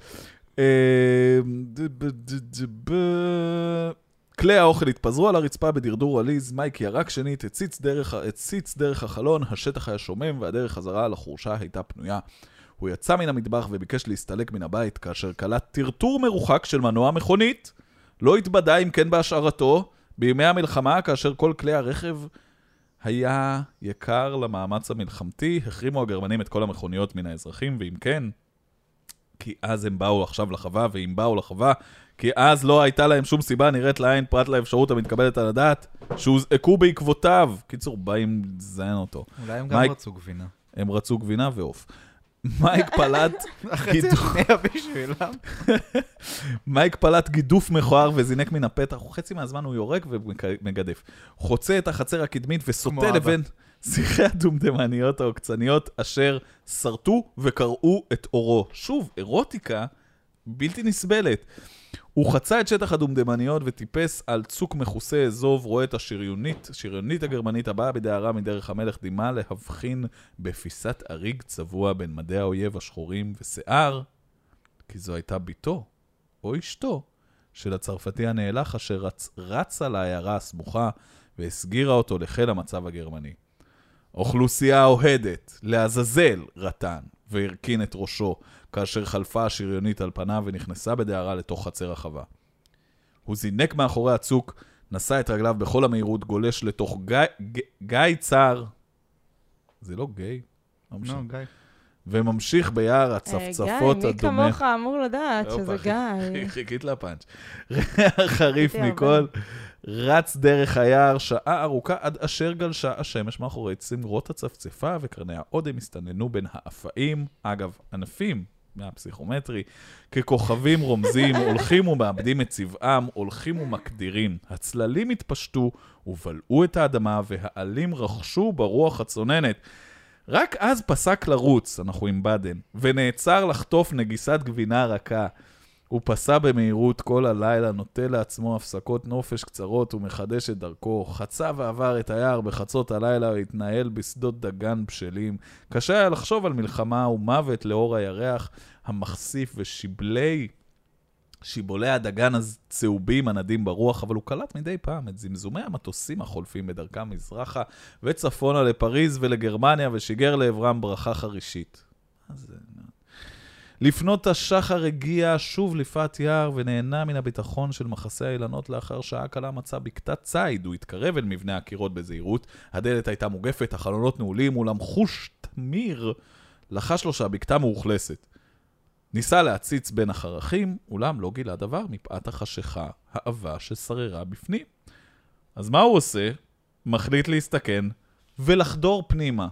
כלי האוכל התפזרו על הרצפה בדרדור עליז, מייק ירק שנית, הציץ דרך, הציץ דרך החלון, השטח היה שומם והדרך חזרה לחורשה הייתה פנויה. הוא יצא מן המטבח וביקש להסתלק מן הבית, כאשר קלט טרטור מרוחק של מנוע מכונית, לא התבדה אם כן בהשארתו, בימי המלחמה, כאשר כל כלי הרכב היה יקר למאמץ המלחמתי, החרימו הגרמנים את כל המכוניות מן האזרחים, ואם כן, כי אז הם באו עכשיו לחווה, ואם באו לחווה, כי אז לא הייתה להם שום סיבה נראית לעין פרט לאפשרות המתקבלת על הדעת, שהוזעקו בעקבותיו. קיצור, באים לזיין אותו. אולי הם גם מייק- רצו גבינה. הם רצו גבינה ועוף. מייק פלט החצי השני היה בשבילם. מייק פלט גידוף מכוער וזינק מן הפתח, חצי מהזמן הוא יורק ומגדף. חוצה את החצר הקדמית כמו וסוטה אבא. לבין שיחי הדומדמניות העוקצניות אשר שרטו וקראו את אורו. שוב, אירוטיקה בלתי נסבלת. הוא חצה את שטח הדומדמניות וטיפס על צוק מחוסה אזוב, רואה את השריונית, שריונית הגרמנית הבאה בדהרה מדרך המלך דימה להבחין בפיסת אריג צבוע בין מדי האויב השחורים ושיער, כי זו הייתה ביתו, או אשתו, של הצרפתי הנאלח אשר רצ, רצה לעיירה הסמוכה והסגירה אותו לחיל המצב הגרמני. אוכלוסייה אוהדת, לעזאזל, רטן, והרכין את ראשו, כאשר חלפה השריונית על פניו ונכנסה בדהרה לתוך חצר החווה. הוא זינק מאחורי הצוק, נשא את רגליו בכל המהירות, גולש לתוך גיא, גיא, גיא צר. זה לא גיי? לא משנה. נו, גיא. וממשיך ביער הצפצפות גיא, מי הדומה. כמוך אמור לדעת שזה גיא. חיכית לפאנץ'. ריח חריף מכל, רץ דרך היער שעה ארוכה עד אשר גלשה השמש מאחורי צמרות הצפצפה, וקרני האודם הסתננו בין האפאים, אגב, ענפים מהפסיכומטרי, ככוכבים רומזים, הולכים ומאבדים את צבעם, הולכים ומקדירים. הצללים התפשטו ובלעו את האדמה, והעלים רחשו ברוח הצוננת. רק אז פסק לרוץ, אנחנו עם בדן, ונעצר לחטוף נגיסת גבינה רכה. הוא פסע במהירות כל הלילה, נוטה לעצמו הפסקות נופש קצרות ומחדש את דרכו. חצה ועבר את היער בחצות הלילה והתנהל בשדות דגן בשלים. קשה היה לחשוב על מלחמה ומוות לאור הירח המחשיף ושיבלי, שיבולי הדגן הצהובים הנדים ברוח, אבל הוא קלט מדי פעם את זמזומי המטוסים החולפים בדרכם מזרחה וצפונה לפריז ולגרמניה, ושיגר לעברם ברכה חרישית. אז לפנות השחר הגיע שוב לפת יער ונהנה מן הביטחון של מחסי האילנות. לאחר שעה קלה מצא בקתת ציד. הוא התקרב אל מבנה הקירות בזהירות. הדלת הייתה מוגפת, החלונות נעולים, אולם חוש תמיר לחש לו שהבקתה מאוכלסת. ניסה להציץ בין החרכים, אולם לא גילה דבר מפאת החשיכה העבה ששררה בפנים. אז מה הוא עושה? מחליט להסתכן ולחדור פנימה.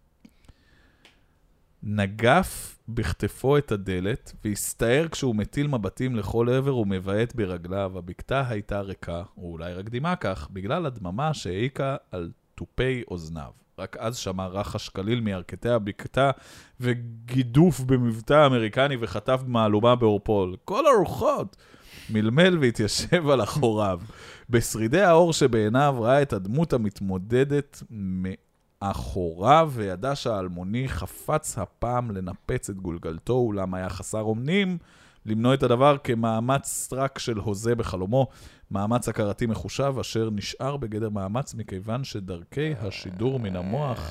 נגף בכתפו את הדלת, והסתער כשהוא מטיל מבטים לכל עבר ומבעט ברגליו. הבקתה הייתה ריקה, או אולי רק דימה כך, בגלל הדממה שהעיקה על טופי אוזניו. רק אז שמע רחש קליל מירכתי הבקתה, וגידוף במבטא אמריקני, וכתב מהלומה באורפול. כל הרוחות! מלמל והתיישב על אחוריו. בשרידי האור שבעיניו ראה את הדמות המתמודדת מאחוריו, וידע שהאלמוני חפץ הפעם לנפץ את גולגלתו, אולם היה חסר אומנים למנוע את הדבר כמאמץ רק של הוזה בחלומו, מאמץ הכרתי מחושב אשר נשאר בגדר מאמץ מכיוון שדרכי השידור מן המוח.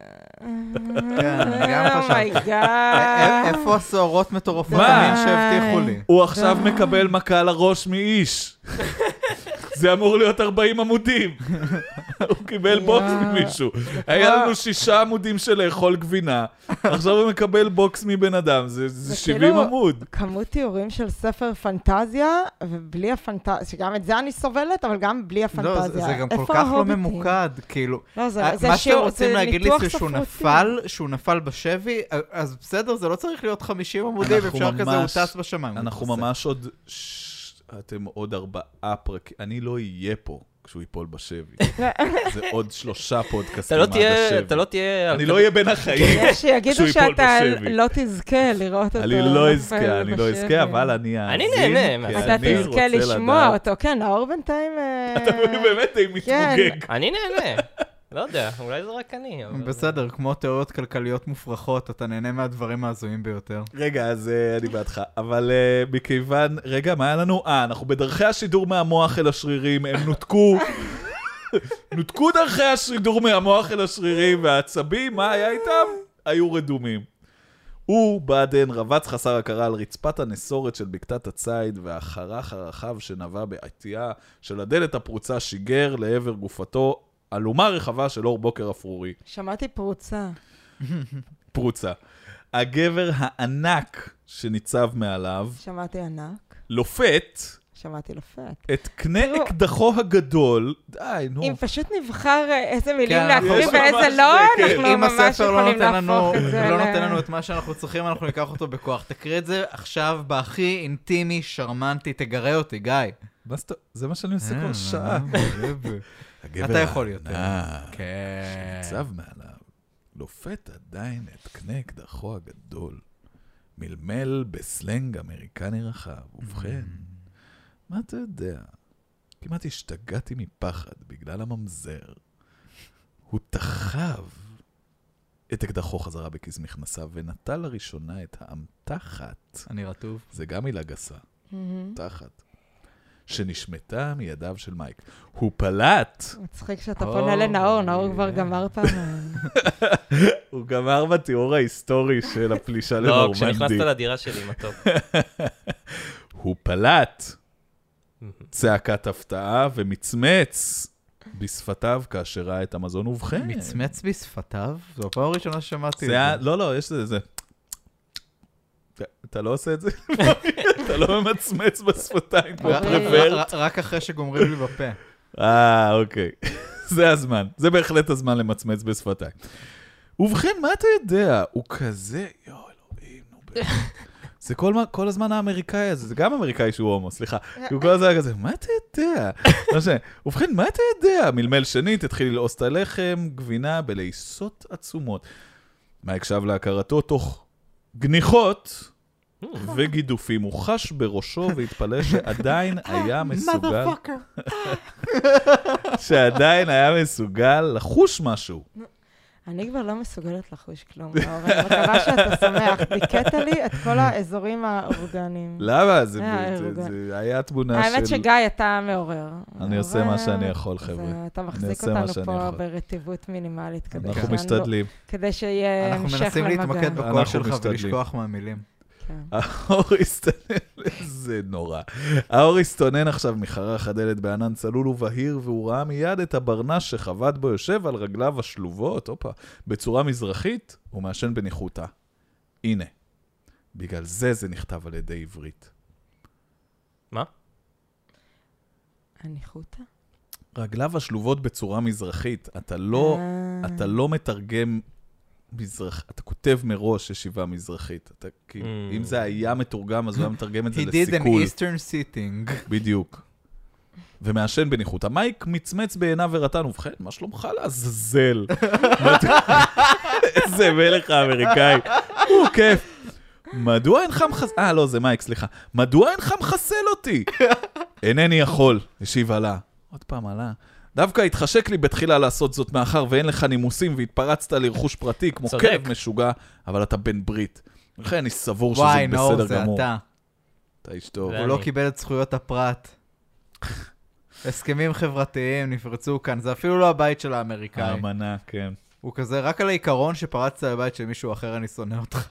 כן, גם חשבתי. איפה הסערות מטורפות שהבטיחו לי? הוא עכשיו מקבל מכה לראש מאיש. זה אמור להיות ארבעים עמודים. הוא קיבל בוקס ממישהו. היה לנו שישה עמודים של לאכול גבינה. עכשיו הוא מקבל בוקס מבן אדם. זה שבעים עמוד. כמות תיאורים של ספר פנטזיה, ובלי הפנטזיה, שגם את זה אני סובלת, אבל גם בלי הפנטזיה. זה גם כל כך לא ממוקד, כאילו. מה שאתם רוצים להגיד לי זה שהוא נפל, שהוא נפל בשבי, אז בסדר, זה לא צריך להיות חמישים עמודים, אפשר כזה הוא טס בשמיים. אנחנו ממש עוד... אתם עוד ארבעה פרקים, אני לא אהיה פה כשהוא ייפול בשבי. זה עוד שלושה פודקאסטים עד השבי. אתה לא תהיה... אני לא אהיה בין החיים כשהוא ייפול בשבי. שיגידו שאתה לא תזכה לראות אותו. אני לא אזכה, אני לא אזכה, אבל אני אאזין. אני נהנה. אתה תזכה לשמוע אותו, כן, האור בינתיים... אתה באמת מתמוגג. אני נהנה. לא יודע, אולי זה רק אני. בסדר, כמו תיאוריות כלכליות מופרכות, אתה נהנה מהדברים ההזויים ביותר. רגע, אז אני בעדך. אבל מכיוון, רגע, מה היה לנו? אה, אנחנו בדרכי השידור מהמוח אל השרירים, הם נותקו, נותקו דרכי השידור מהמוח אל השרירים, והעצבים, מה היה איתם? היו רדומים. הוא, בדן, רבץ חסר הכרה על רצפת הנסורת של בקתת הציד, והחרך הרחב שנבע בעטייה של הדלת הפרוצה שיגר לעבר גופתו, אלומה רחבה של אור בוקר אפרורי. שמעתי פרוצה. פרוצה. הגבר הענק שניצב מעליו. שמעתי ענק. לופת. שמעתי לופת. את קנה אקדחו הגדול. די, נו. אם פשוט נבחר איזה מילים להקריב ואיזה לא, אנחנו ממש יכולים להפוך את זה. אם הספר לא נותן לנו את מה שאנחנו צריכים, אנחנו ניקח אותו בכוח. תקריא את זה עכשיו בהכי אינטימי, שרמנטי, תגרה אותי, גיא. זה מה שאני עושה כל שעה. אתה יכול יותר. שניצב מעליו, לופת עדיין את קנה אקדחו הגדול, מלמל בסלנג אמריקני רחב. ובכן, מה אתה יודע? כמעט השתגעתי מפחד בגלל הממזר. הוא תחב את אקדחו חזרה בכיס מכנסיו, ונטל לראשונה את האמתחת. אני רטוב. זה גם מילה גסה. תחת. שנשמטה מידיו של מייק. הוא פלט. מצחיק שאתה פונה לנאור, נאור כבר גמר פעם. הוא גמר בתיאור ההיסטורי של הפלישה לנורמנדי. לא, כשנכנסת לדירה שלי, מתוק. הוא פלט. צעקת הפתעה ומצמץ בשפתיו כאשר ראה את המזון. ובכן. מצמץ בשפתיו? זו הפעם הראשונה ששמעתי את זה. לא, לא, יש זה. אתה לא עושה את זה? אתה לא ממצמץ בשפתיים כמו ר- פרוורט? רק אחרי שגומרים לי בפה. אה, אוקיי. זה הזמן. זה בהחלט הזמן למצמץ בשפתיים. ובכן, מה אתה יודע? הוא כזה... יואו, אלוהים, נו באמת. זה כל, מה- כל הזמן האמריקאי הזה, זה גם אמריקאי שהוא הומו, סליחה. כי הוא כל הזמן כזה, מה אתה יודע? לא משנה. ובכן, מה אתה יודע? מלמל שנית, התחיל ללעוס את הלחם, גבינה בלעיסות עצומות. מה הקשב להכרתו תוך גניחות וגידופים. הוא חש בראשו והתפלא שעדיין היה מסוגל... שעדיין היה מסוגל לחוש משהו. אני כבר לא מסוגלת לחוש כלום, אורן. מקווה שאתה שמח. ביקעת לי את כל האזורים האורגניים. למה? זה, אה, זה, אורגן. זה היה תמונה של... האמת שגיא, אתה מעורר. אני עושה מה מעורר, שאני יכול, חבר'ה. זה- אתה אני מחזיק עושה מה אותנו שאני פה יכול. ברטיבות מינימלית, כדי אנחנו שאני לא- משתדלים. כדי שיהיה אנחנו המשך מנסים למגע. להתמקד בקול אנחנו שלך משתדלים. ולשכוח מהמילים. כן. האור הסתנן, זה נורא. האור הסתונן עכשיו מחרך הדלת בענן צלול ובהיר, והוא ראה מיד את הברנש שחבט בו יושב על רגליו השלובות, אופה, בצורה מזרחית, ומעשן בניחותה. הנה, בגלל זה זה נכתב על ידי עברית. מה? הניחותא? רגליו השלובות בצורה מזרחית, אתה לא, אה. אתה לא מתרגם מזרח, אתה כותב מראש ישיבה מזרחית. אתה, כי, Mm. אם זה היה מתורגם, אז הוא היה מתרגם את זה He did an לסיכול. eastern sitting. בדיוק. ומעשן בניחותא. מייק מצמץ בעיניו ורטן, ובכן, מה שלומך לעזאזל? איזה מלך האמריקאי. הוא כיף. מדוע אינך מחסל... אה, לא, זה מייק, סליחה. מדוע אינך מחסל אותי? אינני יכול, השיב עלה. עוד פעם עלה. דווקא התחשק לי בתחילה לעשות זאת מאחר ואין לך נימוסים והתפרצת לרכוש פרטי כמו צודק. כלב משוגע, אבל אתה בן ברית. לכן אני סבור שזה וואי, נאור, בסדר זה גמור. אתה. אתה איש טוב. זה הוא לא אני. קיבל את זכויות הפרט. הסכמים חברתיים נפרצו כאן, זה אפילו לא הבית של האמריקאי. האמנה, כן. הוא כזה, רק על העיקרון שפרצת לבית של מישהו אחר, אני שונא אותך.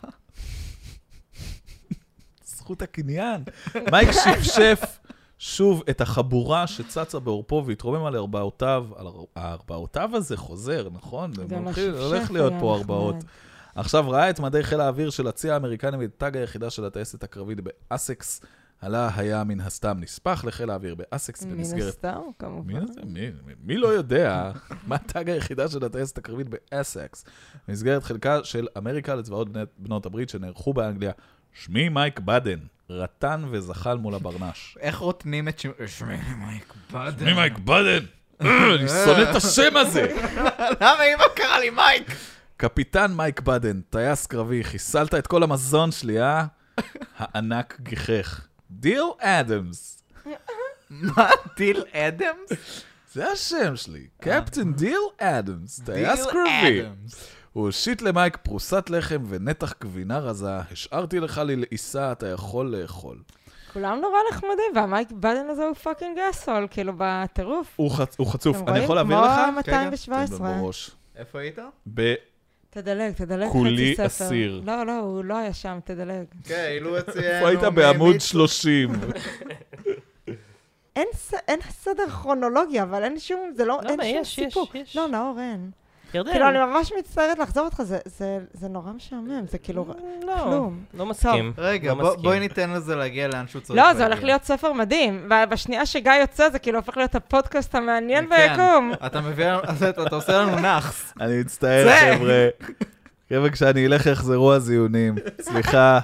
זכות הקניין. מייק שפשף שוב את החבורה שצצה בעורפו והתרומם על ארבעותיו. על הר- הארבעותיו הזה חוזר, נכון? זה גם הולכים- השפשף הולך להיות היה פה נחמד. ארבעות. עכשיו ראה את מדי חיל האוויר של הצי האמריקני ואת תג היחידה של הטייסת הקרבית באסקס. עלה היה מן הסתם נספח לחיל האוויר באסקס מן במסגרת... הסתם, מי, כמובן. זה? מי, מי, מי לא יודע מה תג היחידה של הטייסת הקרבית באסקס? במסגרת חלקה של אמריקה לצבאות בני- בנות הברית שנערכו באנגליה. שמי מייק בדן, רטן וזחל מול הברנש. איך רוטנים את שם... שמי מייק בדן. שמי מייק בדן? אני שונא את השם הזה. למה אמא קרא לי מייק? קפיטן מייק בדן, טייס קרבי, חיסלת את כל המזון שלי, אה? הענק גיחך. דיל אדמס. מה? דיל אדמס? זה השם שלי. קפטן דיל אדמס, טייס קרבי. הוא הושיט למייק פרוסת לחם ונתח גבינה רזה. השארתי לך לי לעיסה, אתה יכול לאכול. כולם נורא נחמדים, והמייק בדן הזה הוא פאקינג אסול, כאילו בטירוף. הוא חצ- הוא חצוף. אתם אני יכול רואים? להעביר לך? כמו מאתיים שבע עשרה. תן לו בראש. איפה היית? תדלג, תדלג כולי חצי ספר. אסיר. לא, לא, הוא לא היה שם, תדלג. כן, אילו אצלנו... איפה היית בעמוד שלושים? אין ס- אין סדר כרונולוגיה, אבל אין שום, זה לא, למה? אין שום יש, יש, סיפור. יש. לא, נאור, אין. ירדן. כאילו, אני ממש מצטערת לחזור אותך, זה- זה- זה נורא משעמם, זה כאילו לא, כלום. לא מסכים. רגע, לא בוא- מסכים. בואי ניתן לזה להגיע לאן שהוא צריך לא, להגיע. זה הולך להיות ספר מדהים, ובשנייה שגיא יוצא, זה כאילו הופך להיות הפודקאסט המעניין כן. ביקום. אתה מביא לנו... אתה אתה עושה לנו נאחס. אני מצטער, זה! חבר'ה. חבר'ה, כשאני אלך יחזרו הזיונים. סליחה.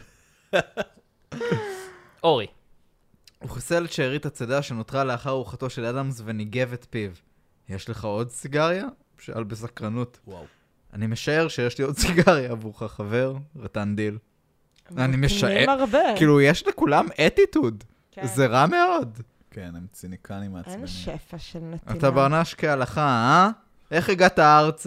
אורי. הוא חיסל את שארית הצידה שנותרה לאחר ארוחתו של אדמס וניגב את פיו. יש לך עוד סיגריה? שאל בסקרנות. וואו. אני משער שיש לי עוד סיגריה עבורך, חבר. רטן דיל. אני משער. נותנים הרבה. כאילו, יש לכולם אטיטוד. כן. זה רע מאוד. כן, הם ציניקנים אין מעצבנים. שפע של נתינה. אתה ברנש כהלכה, אה? איך הגעת ארצה?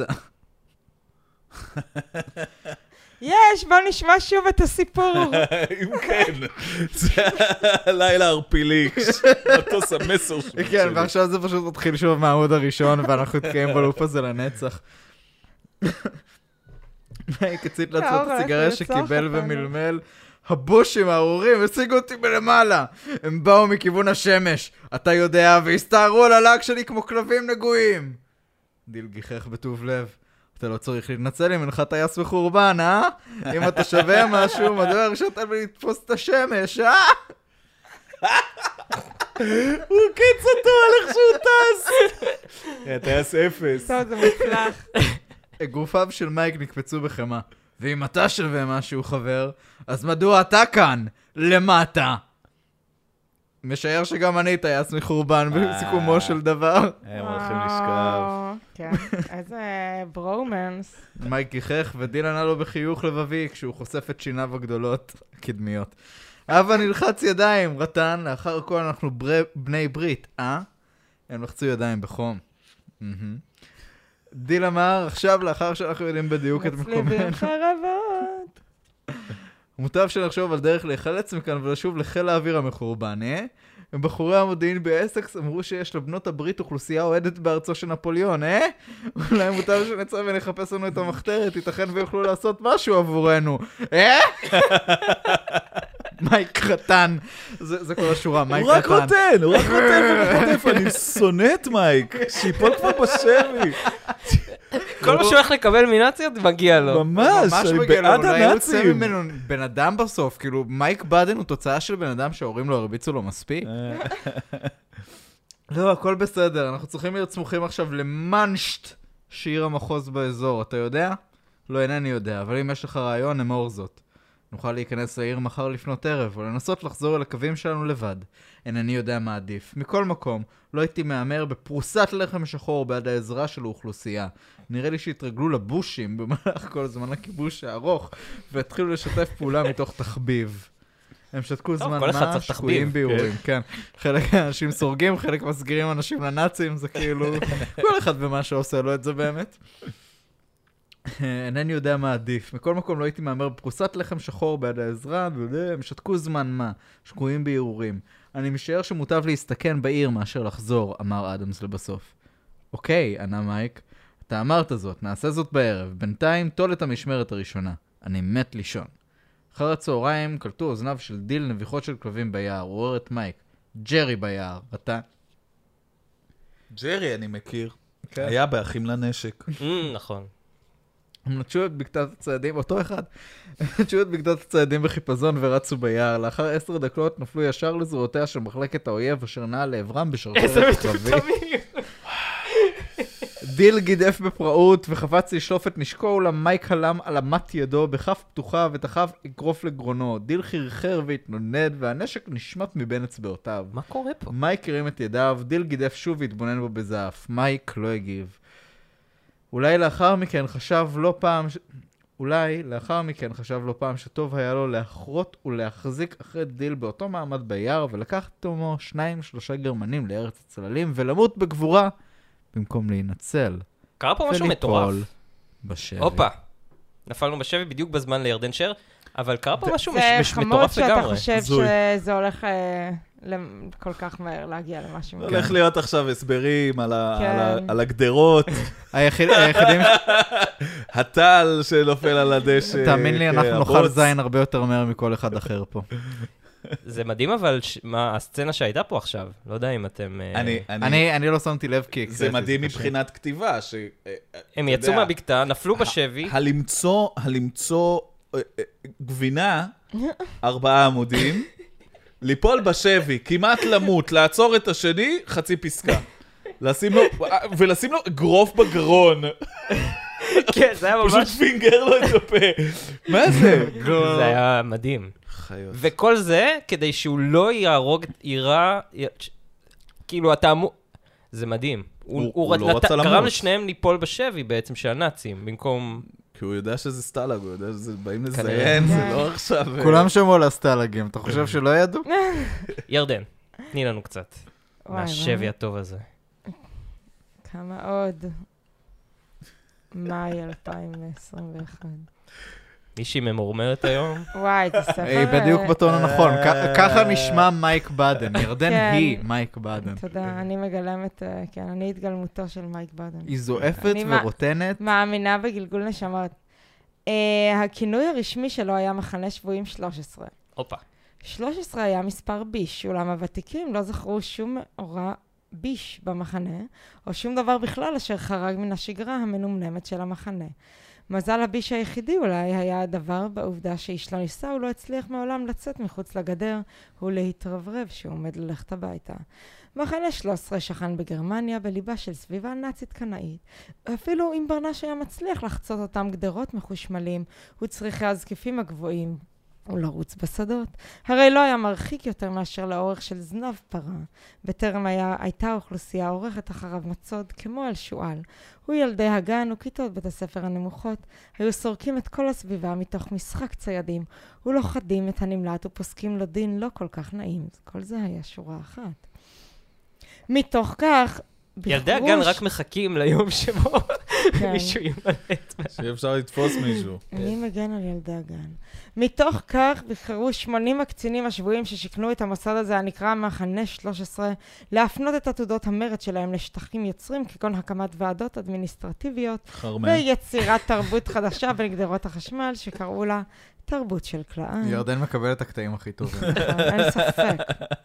יש, בוא נשמע שוב את הסיפור. אם כן, זה הלילה הערפילי, מטוס המסר שלי. כן, ועכשיו זה פשוט מתחיל שוב מהעמוד הראשון, ואנחנו נתקיים בלופ הזה לנצח. מייק הצית לעצמו את יאללה, הסיגריה איך שקיבל לרצוח אותנו. ומלמל. הבושים הארורים השיגו אותי מלמעלה. הם באו מכיוון השמש, אתה יודע, והסתערו על הלג שלי כמו כלבים נגועים. דיל גיחך בטוב לב. אתה לא צריך להתנצל אם אינך טייס מחורבן, אה? אם אתה שווה משהו, מדוע הרשת לי לתפוס את השמש, אה? הוא קיץ אותו על איך שהוא טס. טייס אפס. טוב, זה מוצלח. אגרופיו של מייק נקפצו בחמה. ואם אתה שווה משהו, חבר, אז מדוע אתה כאן? למטה. משער שגם אני טייס מחורבן בסיכומו של דבר. הם הולכים לשכב. כן, איזה ברומנס. מייק גיחך ודילן ענה לו בחיוך לבבי כשהוא חושף את שיניו הגדולות הקדמיות. אבא נלחץ ידיים, רטן, לאחר הכל אנחנו בני ברית, אה? הם לחצו ידיים בחום. דיל אמר, עכשיו לאחר שאנחנו יודעים בדיוק את מקומנו. מצליבים חרבות. מוטב שנחשוב על דרך להיחלץ מכאן ולשוב לחיל האוויר המחורבן, אה? בחורי המודיעין באסקס אמרו שיש לבנות הברית אוכלוסייה אוהדת בארצו של נפוליאון, אה? אולי מוטב שנצא ונחפש לנו את המחתרת, ייתכן ויוכלו לעשות משהו עבורנו, אה? מייק קטן. זה כל השורה, מייק קטן. הוא רק רוטן, הוא רק רוטן וחוטף, אני שונא את מייק, שיפול כבר בשבי. כל מה שהוא הולך לקבל מנאציות, מגיע לו. ממש, אני בעד אולי הוא יוצא הנאצים. ממנו בן אדם בסוף, כאילו מייק בדן הוא תוצאה של בן אדם שההורים לו הרביצו לו מספיק. לא, הכל בסדר, אנחנו צריכים להיות סמוכים עכשיו למנשט שיר המחוז באזור, אתה יודע? לא, אינני יודע, אבל אם יש לך רעיון, אמור זאת. נוכל להיכנס לעיר מחר לפנות ערב, ולנסות לחזור אל הקווים שלנו לבד. אינני יודע מה עדיף. מכל מקום, לא הייתי מאמר בפרוסת לחם שחור בעד העזרה של האוכלוסייה. נראה לי שהתרגלו לבושים במהלך כל זמן הכיבוש הארוך, והתחילו לשתף פעולה מתוך תחביב. הם שתקו זמן מה, שקועים ביורים, כן. חלק האנשים סורגים, חלק מסגירים אנשים לנאצים, זה כאילו, כל אחד במה שעושה לו את זה באמת. אינני יודע מה עדיף. מכל מקום לא הייתי מאמר בפרוסת לחם שחור בעד העזרה, הם שתקו זמן מה, שקועים ביורים. אני משער שמוטב להסתכן בעיר מאשר לחזור, אמר אדמס לבסוף. אוקיי, ענה מייק, אתה אמרת זאת, נעשה זאת בערב. בינתיים תול את המשמרת הראשונה. אני מת לישון. אחר הצהריים קלטו אוזניו של דיל נביחות של כלבים ביער. הוא עורר את מייק. ג'רי ביער. אתה? ג'רי אני מכיר. היה באחים לנשק. נכון. הם נטשו את בקתת הצעדים, אותו אחד, נטשו את בקתת הצעדים בחיפזון ורצו ביער. לאחר עשר דקות נפלו ישר לזרועותיה של מחלקת האויב אשר נעה לעברם בשרשרת קרבית. דיל גידף בפראות וחפץ לשלוף את נשקו, אולם מייק הלם על אמת ידו בכף פתוחה ותחב אגרוף לגרונו. דיל חרחר והתנודד והנשק נשמט מבין אצבעותיו. מה קורה פה? מייק הרים את ידיו, דיל גידף שוב והתבונן בו בזעף. מייק לא הגיב. אולי לאחר מכן חשב לא פעם ש... אולי לאחר מכן חשב לא פעם שטוב היה לו להחרות ולהחזיק אחרי דיל באותו מעמד ביער ולקח תומו שניים שלושה גרמנים לארץ הצללים ולמות בגבורה במקום להינצל. קרה פה משהו מטורף. בשבי. הופה. נפלנו בשבי בדיוק בזמן לירדן שר, אבל קרה פה משהו זה מש- חמוד מטורף שאתה לגמרי. חושב זוי. שזה הולך אה, למ- כל כך מהר להגיע למשהו. הולך להיות עכשיו הסברים על ה- כן. על ה- על הגדרות, היחיד- היחידים, הטל שנופל על הדשא. תאמין לי, כן, אנחנו נאכל הבוץ. זין הרבה יותר מהר מכל אחד אחר פה. זה מדהים, אבל ש- מה הסצנה שהייתה פה עכשיו, לא יודע אם אתם... אה, אני- אני- אני אני לא שמתי לב כי... זה מדהים מבחינת כתיבה, ש... הם אתה יצאו יודע, מהבקתה, נפלו בשבי, הלמצוא, הלמצוא אה, אה, גבינה, ארבעה עמודים, ליפול בשבי, כמעט למות, לעצור את השני, חצי פסקה. לשים לו, ולשים לו אגרוף בגרון. כן, זה היה פשוט ממש... פינגר לו את הפה. מה זה? זה היה מדהים. חיות. וכל זה כדי שהוא לא יהרוג, יירה, י- ש- כאילו אתה אמור... זה מדהים. הוא- הוא, הוא רת- לא נת- רצה למות. גרם לשניהם ליפול בשבי בעצם של הנאצים, במקום... כי הוא יודע שזה סטלאג, הוא יודע שזה באים כנראה. לזיין, זה כן. לא עכשיו... כולם שמעו על הסטלגים, אתה חושב שלא ידעו? ירדן, תני לנו קצת וואי, מהשבי וואי. הטוב הזה. כמה עוד? מאי אלפיים עשרים ואחת. מישהי ממורמרת היום? וואי, זה ספר... היא בדיוק אה, בטון הנכון, כ- ככה נשמע מייק בדן, ירדן כן. היא מייק בדן. תודה, אני מגלמת, אה, כן, אני התגלמותו של מייק בדן. היא זועפת אני מה- ורוטנת. מאמינה בגלגול נשמות. Uh, הכינוי הרשמי שלו היה מחנה שבויים שלוש עשרה. הופה. שלוש עשרה היה מספר ביש, אולם הוותיקים לא זכרו שום מאורע ביש במחנה, או שום דבר בכלל אשר חרג מן השגרה המנומנמת של המחנה. מזל הביש היחידי אולי היה הדבר בעובדה שאיש לא ניסה, הוא לא הצליח מעולם לצאת מחוץ לגדר ולהתרברב שהוא עומד ללכת הביתה. מחנה שלוש עשרה שכן בגרמניה בליבה של סביבה נאצית קנאית. אפילו אם ברנש היה מצליח לחצות אותם גדרות מחושמלים וצריכי הזקיפים הגבוהים ולרוץ בשדות, הרי לא היה מרחיק יותר מאשר לאורך של זנב פרה. בטרם היה, הייתה האוכלוסייה עורכת אחריו מצוד כמו על שואל. הוא ילדי הגן וכיתות בית הספר הנמוכות היו סורקים את כל הסביבה מתוך משחק ציידים ולוחדים את הנמלט ופוסקים לו דין לא כל כך נעים. כל זה היה שורה אחת. מתוך כך, ילדי הגן רק מחכים ליום שבו מישהו ימלט. שאפשר לתפוס מישהו. אני מגן על ילדי הגן. מתוך כך בחרו שמונים הקצינים השבויים ששכנו את המוסד הזה הנקרא מחנה שלוש עשרה להפנות את עתודות המרד שלהם לשטחים יוצרים כגון הקמת ועדות אדמיניסטרטיביות ויצירת תרבות חדשה בגדרות החשמל שקראו לה תרבות של קלען. ירדן מקבל את הקטעים הכי טובים. אין ספק.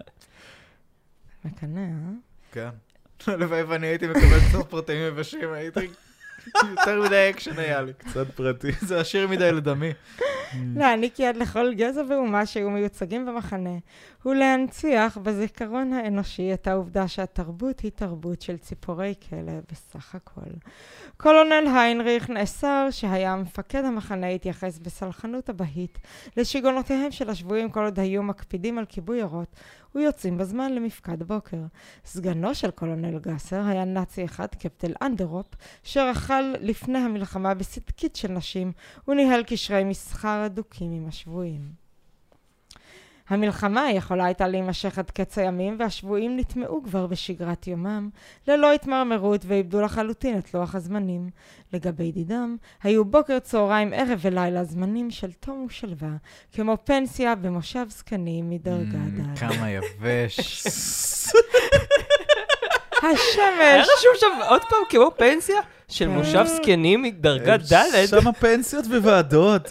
מקנא, אה? כן. לבאי ואני הייתי מקבל קצת פרטים מבשים, הייתי יותר מדי אקשן היה לי. קצת פרטי. זה עשיר מדי לדמי. להעניק יד לכל גזע ואומה שהיו מיוצגים במחנה, ולהנציח בזיכרון האנושי את העובדה שהתרבות היא תרבות של ציפורי כלב בסך הכל. קולונל היינריך נאסר שהיה מפקד המחנה התייחס בסלחנות הבהית לשיגונותיהם של השבויים כל עוד היו מקפידים על כיבוי אורות ויוצאים בזמן למפקד בוקר. סגנו של קולונל גסר היה נאצי אחד, קפטן אנדרופ, שרחל לפני המלחמה בסדקית של נשים וניהל קשרי מסחר אדוקים עם השבויים. המלחמה יכולה הייתה להימשך עד קץ הימים, והשבויים נטמעו כבר בשגרת יומם, ללא התמרמרות ואיבדו לחלוטין את לוח הזמנים. לגבי דידם, היו בוקר, צהריים, ערב ולילה זמנים של תום ושלווה, כמו פנסיה במושב זקנים מדרגה ד'. כמה יבש. השמש! היה רשום שם עוד פעם כמו פנסיה של מושב זקנים מדרגה ד'. שם הפנסיות וועדות.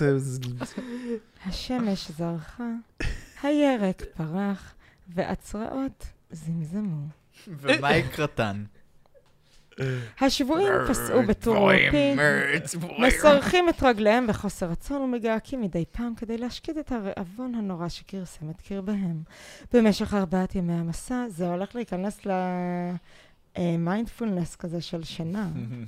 השמש זרחה, הירק פרח, והצרעות זמזמו. ומאי קרטן. השבויים פסעו בטור עורפי, מסרחים את רגליהם בחוסר רצון ומגעקים מדי פעם כדי להשקיט את הרעבון הנורא שכרסם את קרבהם. במשך ארבעת ימי המסע, זה הולך להיכנס למיינדפולנס כזה של שינה.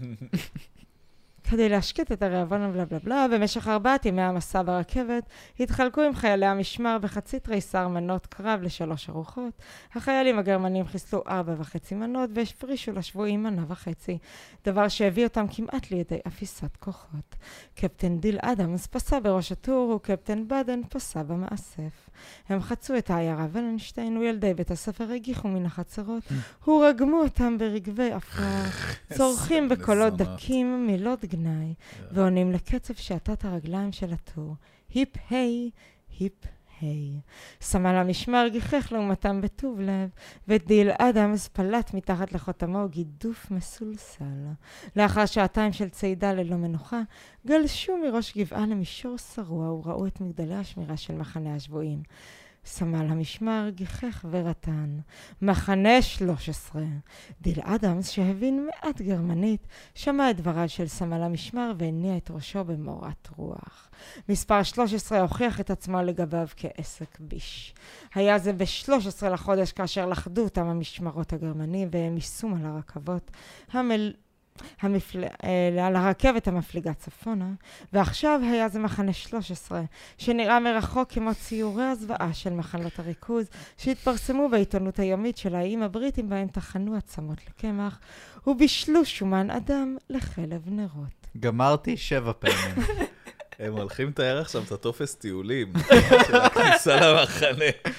כדי להשקיט את הרעבון ובלה בלה בלה, במשך ארבעת ימי המסע ברכבת, התחלקו עם חיילי המשמר בחצי תריסר מנות קרב לשלוש ארוחות. החיילים הגרמנים חיסלו ארבע וחצי מנות והפרישו לשבויים מנה וחצי, דבר שהביא אותם כמעט לידי אפיסת כוחות. קפטן דיל אדמס פסע בראש הטור וקפטן בדן פסע במאסף. הם חצו את העיירה ולנשטיין וילדי בית הספר הגיחו מן החצרות, הורגמו אותם ברגבי אפר, צורכים בקולות דקים מילות גנאי, ועונים לקצב שעתת הרגליים של הטור. היפ היי, היפ היי. סמל המשמר גיחך לעומתם בטוב לב, ודיל אדמס פלט מתחת לחותמו גידוף מסולסל. לאחר שעתיים של צעידה ללא מנוחה, גלשו מראש גבעה למישור שרוע וראו את מגדלי השמירה של מחנה השבויים. סמל המשמר גיחך ורטן. מחנה שלוש עשרה. דיל אדמס, שהבין מעט גרמנית, שמע את דבריו של סמל המשמר והניע את ראשו במורת רוח. מספר שלוש עשרה הוכיח את עצמו לגביו כעסק ביש. היה זה ב-שלוש עשרה לחודש כאשר לחדו אותם המשמרות הגרמנים והם יישום על הרכבות המל... המפל... על הרכבת המפליגה צפונה, ועכשיו היה זה מחנה שלוש עשרה, שנראה מרחוק כמו ציורי הזוועה של מחנות הריכוז, שהתפרסמו בעיתונות היומית של האיים הבריטים בהם תחנו עצמות לקמח, ובישלו שומן אדם לחלב נרות. גמרתי שבע פעמים. הם הולכים לתאר עכשיו את הטופס טיולים של הכניסה למחנה.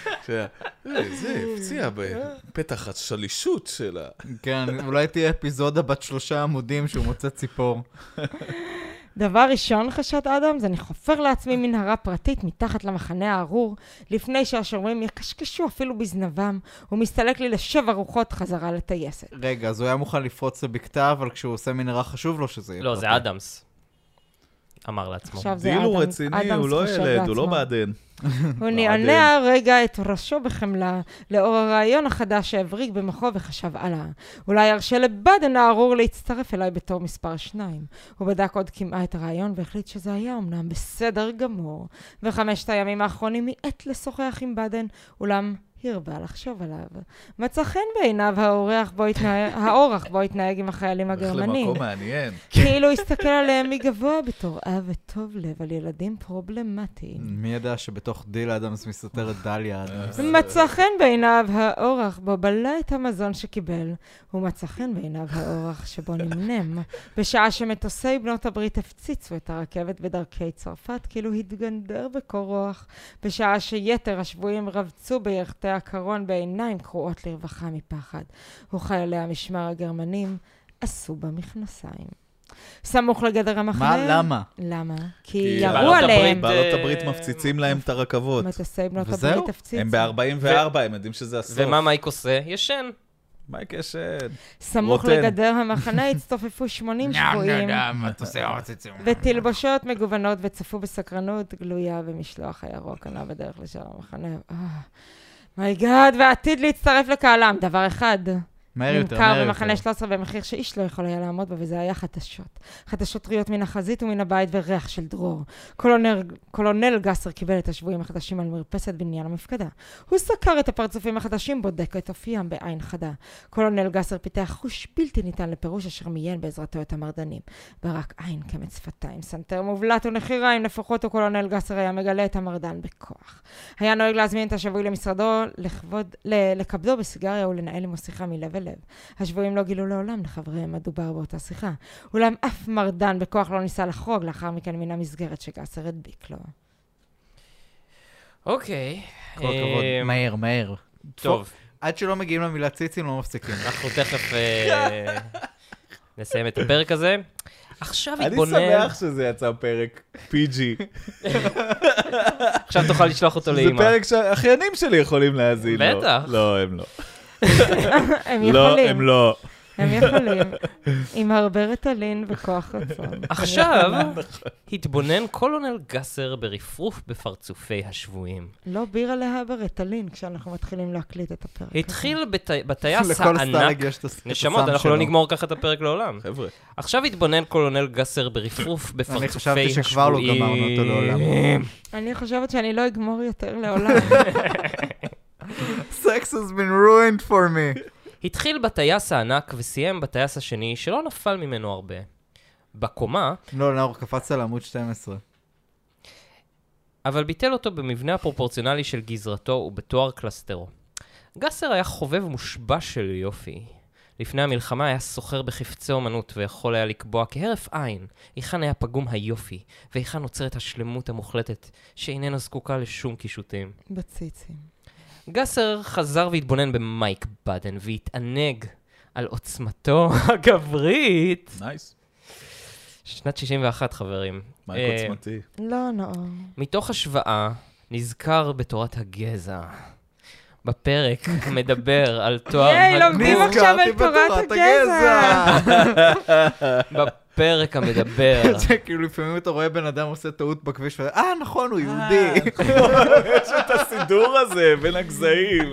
זה הפציע בפתח השלישות שלה. כן, אולי תהיה אפיזודה בת שלושה עמודים שהוא מוצא ציפור. דבר ראשון, חשד אדמס, אני חופר לעצמי מנהרה פרטית מתחת למחנה הארור, לפני שהשומרים יקשקשו אפילו בזנבם, ומסתלק לי לשבע רוחות חזרה לטייסת. רגע, אז הוא היה מוכן לפרוץ לבקתה, אבל כשהוא עושה מנהרה חשוב לו שזה יהיה לא, פרטי. זה אדמס. אמר לעצמו. עכשיו זה דיל הוא אדם- רציני, אדמס הוא לא חושב ילד, הוא לא לעצמו. בעדן. הוא נענע רגע את ראשו בחמלה, לאור הרעיון החדש שהבריק במוחו וחשב הלאה. אולי ירשה לבאדן הארור להצטרף אליי בתור מספר שניים. הוא בדק עוד כמעה את הרעיון והחליט שזה היה אמנם בסדר גמור. וחמשת הימים האחרונים מיעט לשוחח עם באדן, אולם הרבה לחשוב עליו. מצא חן בעיניו האורח בו התנהג, האורח בו התנהג עם החיילים הגרמנים. למקום מעניין. כאילו הסתכל עליהם מגבוה בתור אב וטוב לב על ילדים פרובלמטיים. מי ידע שבתוך דיל אדמס מסתתרת דליה אדמס? מצא חן בעיניו האורח בו בלע את המזון שקיבל. ומצא חן בעיניו האורח שבו נמנם. בשעה שמטוסי בנות הברית הפציצו את הרכבת בדרכי צרפת, כאילו התגנדר בקור רוח. בשעה שיתר השבויים רבצו בירכתי הקרון בעיניים קרועות לרווחה מפחד. וחיילי המשמר הגרמנים עשו במכנסיים. סמוך לגדר המחנה. מה? למה? למה? כי כי ירו בעלות עליהם. הברית- בעלות הברית מפציצים להם את הרכבות. מטוסי בנות וזהו? הברית הפציצו. הם ב-ארבעים וארבע, הם יודעים שזה הסוף. ומה מייק עושה? ישן. מייק ישן. סמוך רוטן. לגדר המחנה הצטופפו שמונים שבויים ותלבושות מגוונות וצפו בסקרנות גלויה במשלוח הירוק ענה בדרך לשאר המחנה. מייגאד, ועתיד להצטרף לקהלם. דבר אחד. מהר יותר, נמכר מהר במחנה יותר. שלוש עשרה במחיר שאיש לא יכול היה לעמוד בו, וזה היה חדשות. חדשות טריות מן החזית ומן הבית וריח של דרור. קולונל, קולונל גסר קיבל את השבויים החדשים על מרפסת בניין המפקדה. הוא סקר את הפרצופים החדשים, בודק את אופיים בעין חדה. קולונל גסר פיתח חוש בלתי ניתן לפירוש אשר מיין בעזרתו את המרדנים. ברק עין כמץ שפתיים, סנטר מובלט ונחיריים נפוחות, וקולונל גסר היה מגלה את המרדן בכוח. היה נוהג להזמין את השבוי למשרדו, לכבוד, ל- לקבדו בסיגריה ולנהל עם שיחה מלב אל לב. השבויים לא גילו לעולם לחבריהם מדובר באותה שיחה. אולם אף מרדן בכוח לא ניסה לחרוג לאחר מכן מן המסגרת שגסר הדביק לו. אוקיי. כל הכבוד. אה, מהר, מהר. טוב, עד שלא מגיעים למילה ציצים לא מפסיקים. אנחנו תכף אה, נסיים את הפרק הזה. עכשיו אני התבונן... שמח שזה יצא פרק פי ג'י. עכשיו תוכל לשלוח אותו זה לאמא. פרק שהאחיינים שלי יכולים להאזין לו. בטח. לא, הם לא. הם לא, יכולים. הם לא. הם יכולים. עם הרבה רטלין וכוח רצון. עכשיו התבונן קולונל גסר ברפרוף בפרצופי השבויים. לא בירה להבה רטלין כשאנחנו מתחילים להקליט את הפרק. התחיל בת- בטייס לכל הענק... סטלג יש את הס- את נשמות, הסם אנחנו לא שלו. נגמור ככה את הפרק לעולם. חבר'ה. עכשיו התבונן קולונל גסר ברפרוף בפרצופי השבויים. חשבתי שכבר לא גמרנו אותו לעולם. אני חושבת שאני לא אגמור יותר לעולם. Sex has been ruined for me. התחיל בטייס הענק וסיים בטייס השני שלא נפל ממנו הרבה. בקומה, לא, נאור, קפצת לעמוד שתים עשרה. אבל ביטל אותו במבנה הפרופורציונלי של גזרתו ובתואר קלסטרו. גסר היה חובב מושבע של יופי. לפני המלחמה היה סוחר בחפצי אומנות ויכול היה לקבוע כהרף עין היכן היה פגום היופי והיכן נוצרת השלמות המוחלטת שאיננה זקוקה לשום קישוטים. בציצים. גסר חזר והתבונן במייק באדן והתענג על עוצמתו הגברית. נייס. שנת שישים ואחת, חברים. מייק אה, עוצמתי. לא נאור. מתוך השוואה נזכר בתורת הגזע. בפרק מדבר על תואר ייי, לומדים הגוף. עכשיו על תורת הגזע. בפרק המדבר. זה כאילו לפעמים אתה רואה בן אדם עושה טעות בכביש ו... אה, נכון, הוא יהודי. יש את הסידור הזה בין הגזעים.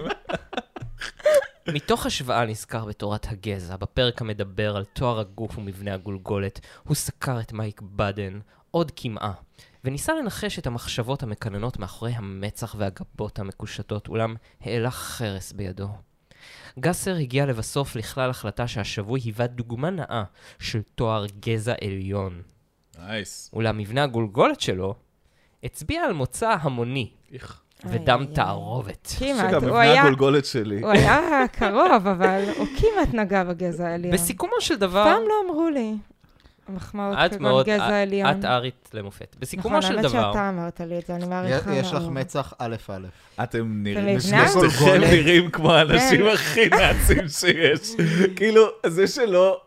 מתוך השוואה נזכר בתורת הגזע, בפרק המדבר על תואר הגוף ומבנה הגולגולת, הוא סקר את מייק באדן עוד כמעה, וניסה לנחש את המחשבות המקננות מאחורי המצח והגבות המקושטות, אולם העלה חרס בידו. גסר הגיע לבסוף לכלל החלטה שהשבוי היווה דוגמה נאה של תואר גזע עליון. נייס. אולם מבנה הגולגולת שלו הצביע על מוצא המוני איך. ודם איי, איי. תערובת. כמעט, שגם הוא מבנה היה... הגולגולת שלי. הוא היה קרוב, אבל הוא כמעט נגע בגזע העליון. בסיכומו של דבר... פעם לא אמרו לי. מחמאות את כגון מאוד, גזע העליון. את ארית למופת. בסיכומו נכון, של האמת דבר, שאתה אמרת לי את זה, אני מעריכה מאוד. יש לך מצח א' א'. אתם נראים, ומבנה? שלושתכם גולגולת. נראים כמו האנשים כן. הכי נאצים שיש. כאילו, זה שלא...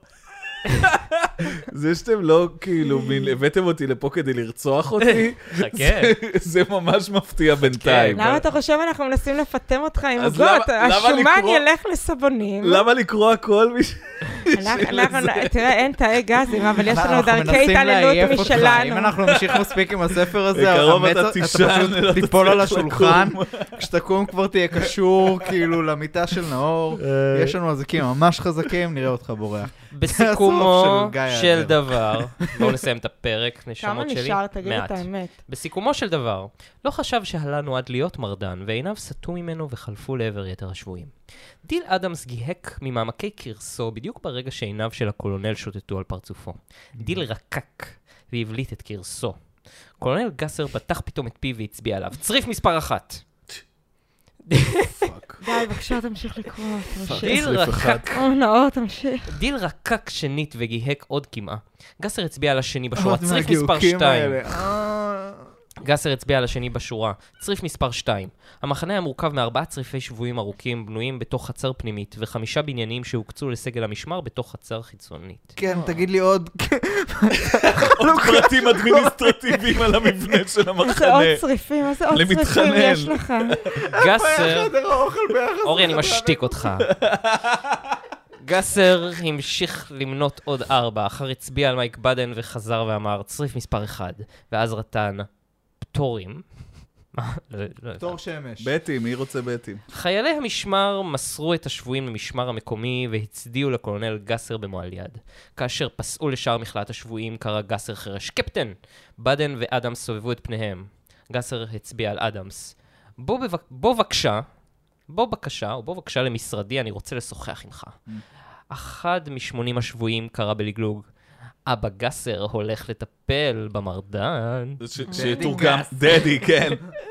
זה שאתם לא, כאילו, מין- הבאתם אותי לפה כדי לרצוח אותי, חכה. זה ממש מפתיע בינתיים. למה אתה חושב אנחנו מנסים לפטם אותך עם אז עוגות? למה- למה השומן לקרוא- ילך לסבונים. למה לקרוא הכל מש- תראה, אין תאי גזים, אבל יש לנו דרכי אנחנו מנסים התעללות לעייף אותך. משלנו. אם אנחנו נמשיך מספיק עם הספר הזה, בקרוב המת- אתה אתה תישן, פשוט לא תיפול על תצליח השולחן. לקום. כשתקום כבר תהיה קשור, כאילו, למיטה של נאור. יש לנו אזיקים ממש חזקים, נראה אותך בורח. בסיכומו הסוף של גיא של אדלר. דבר, בואו נסיים את הפרק, כמה נשמות שלי. נשאר? תגיד מעט. את האמת. בסיכומו של דבר, לא חשב שהלה נועד להיות מרדן, ועיניו סטו ממנו וחלפו לעבר יתר השבויים. דיל אדמס גיהק ממעמקי קרסו בדיוק ברגע שעיניו של הקולונל שוטטו על פרצופו. דיל רקק והבליט את קרסו. קולונל גסר פתח פתאום את פיו והצביע עליו. צריף מספר אחת. פאק. די, בבקשה, תמשיך לקרוא, תמשיך. דיל צריף אחד. רקק, או, נאור, תמשיך. דיל רקק שנית וגיהק עוד כמעה. גסר הצביע על השני בשורה. עוד צריף מספר מהגיהוקים שתיים. האלה. אה. גסר הצביע על השני בשורה. צריף מספר שתיים. המחנה היה מורכב מארבעה צריפי שבויים ארוכים בנויים בתוך חצר פנימית, וחמישה בניינים שהוקצו לסגל המשמר בתוך חצר חיצונית. כן, תגיד לי עוד. עוד פרטים אדמיניסטרטיביים על המבנה של איזה עוד המחנה. צריפים, איזה עוד צריפים למתחנן. יש לך? גסר... חדר האוכל ביחס. אורי, אני משתיק אותך. גסר המשיך למנות עוד ארבע, אחר הצביע על מייק בדן וחזר ואמר, צריף מספר אחד, ואז רטן פטורים. מה? לא- לא הבנתי. תור שמש. בטי, מי רוצה בטי? חיילי המשמר מסרו את השבויים למשמר המקומי והצדיעו לקולונל גסר במועל יד. כאשר פסעו לשער מכלאת השבויים, קרא גסר חרש, קפטן! בדן ואדמס סובבו את פניהם. גסר הצביע על אדמס. בוא, בבק... בוא בבקשה, בוא בבקשה, או בוא בבקשה למשרדי, אני רוצה לשוחח עמך. אחד משמונים השבויים קרא בלגלוג, אבא גסר הולך לטפל במרדן. ש- שיתורגם, דדי, כן.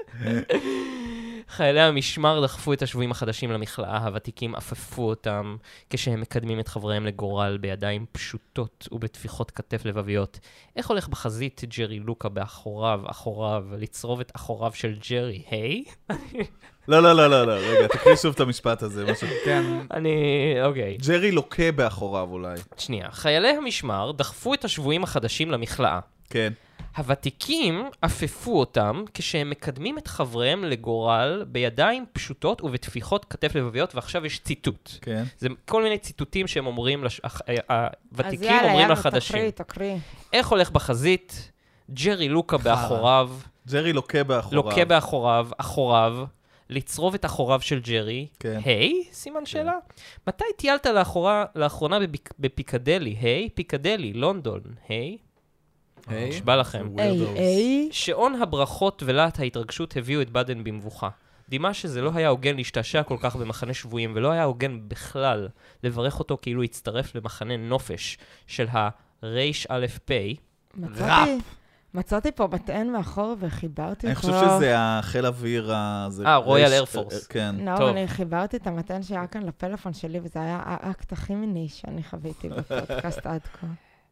חיילי המשמר דחפו את השבויים החדשים למכלאה, הוותיקים אפפו אותם כשהם מקדמים את חבריהם לגורל בידיים פשוטות ובטפיחות כתף לבביות. איך הולך בחזית ג'רי לוקה באחוריו, אחוריו, לצרוב את אחוריו של ג'רי, היי? לא, לא, לא, לא, לא, רגע, תקריא שוב את המשפט הזה, משהו. כן. אני... אוקיי. ג'רי לוקה באחוריו אולי. שנייה. חיילי המשמר דחפו את השבויים החדשים למכלאה. כן. הוותיקים אפפו אותם כשהם מקדמים את חבריהם לגורל בידיים פשוטות ובטפיחות כתף לבביות, ועכשיו יש ציטוט. כן. זה כל מיני ציטוטים שהם אומרים, לש... הח- ה- אז הוותיקים יאללה, אומרים יאללה, לחדשים. תקריא, תקריא. איך הולך בחזית? ג'רי לוקה באחוריו, ג'רי לוקה באחוריו. לוקה באחוריו, אחוריו, לצרוב את אחוריו של ג'רי. כן. היי? סימן שאלה. מתי טיילת לאחורה, לאחרונה בביק- בפיקדלי? היי? פיקדלי, לונדון. היי? היי. נשבע לכם. איי, Weirdos. איי. שעון הברכות ולהט ההתרגשות הביאו את בדן במבוכה. דימה שזה לא היה הוגן להשתעשע כל כך במחנה שבויים, ולא היה הוגן בכלל לברך אותו כאילו הצטרף למחנה נופש של הרייש א' פ'. מצאתי, מצאתי פה מטען מאחור וחיברתי אני אותו. חושב שזה החיל אוויר הזה. אה, רויאל רייש- איירפורס. כן. נאור, טוב. אני חיברתי את המטען שהיה כאן לפלאפון שלי, וזה היה האקט הכי מיני שאני חוויתי בפודקאסט עד כה.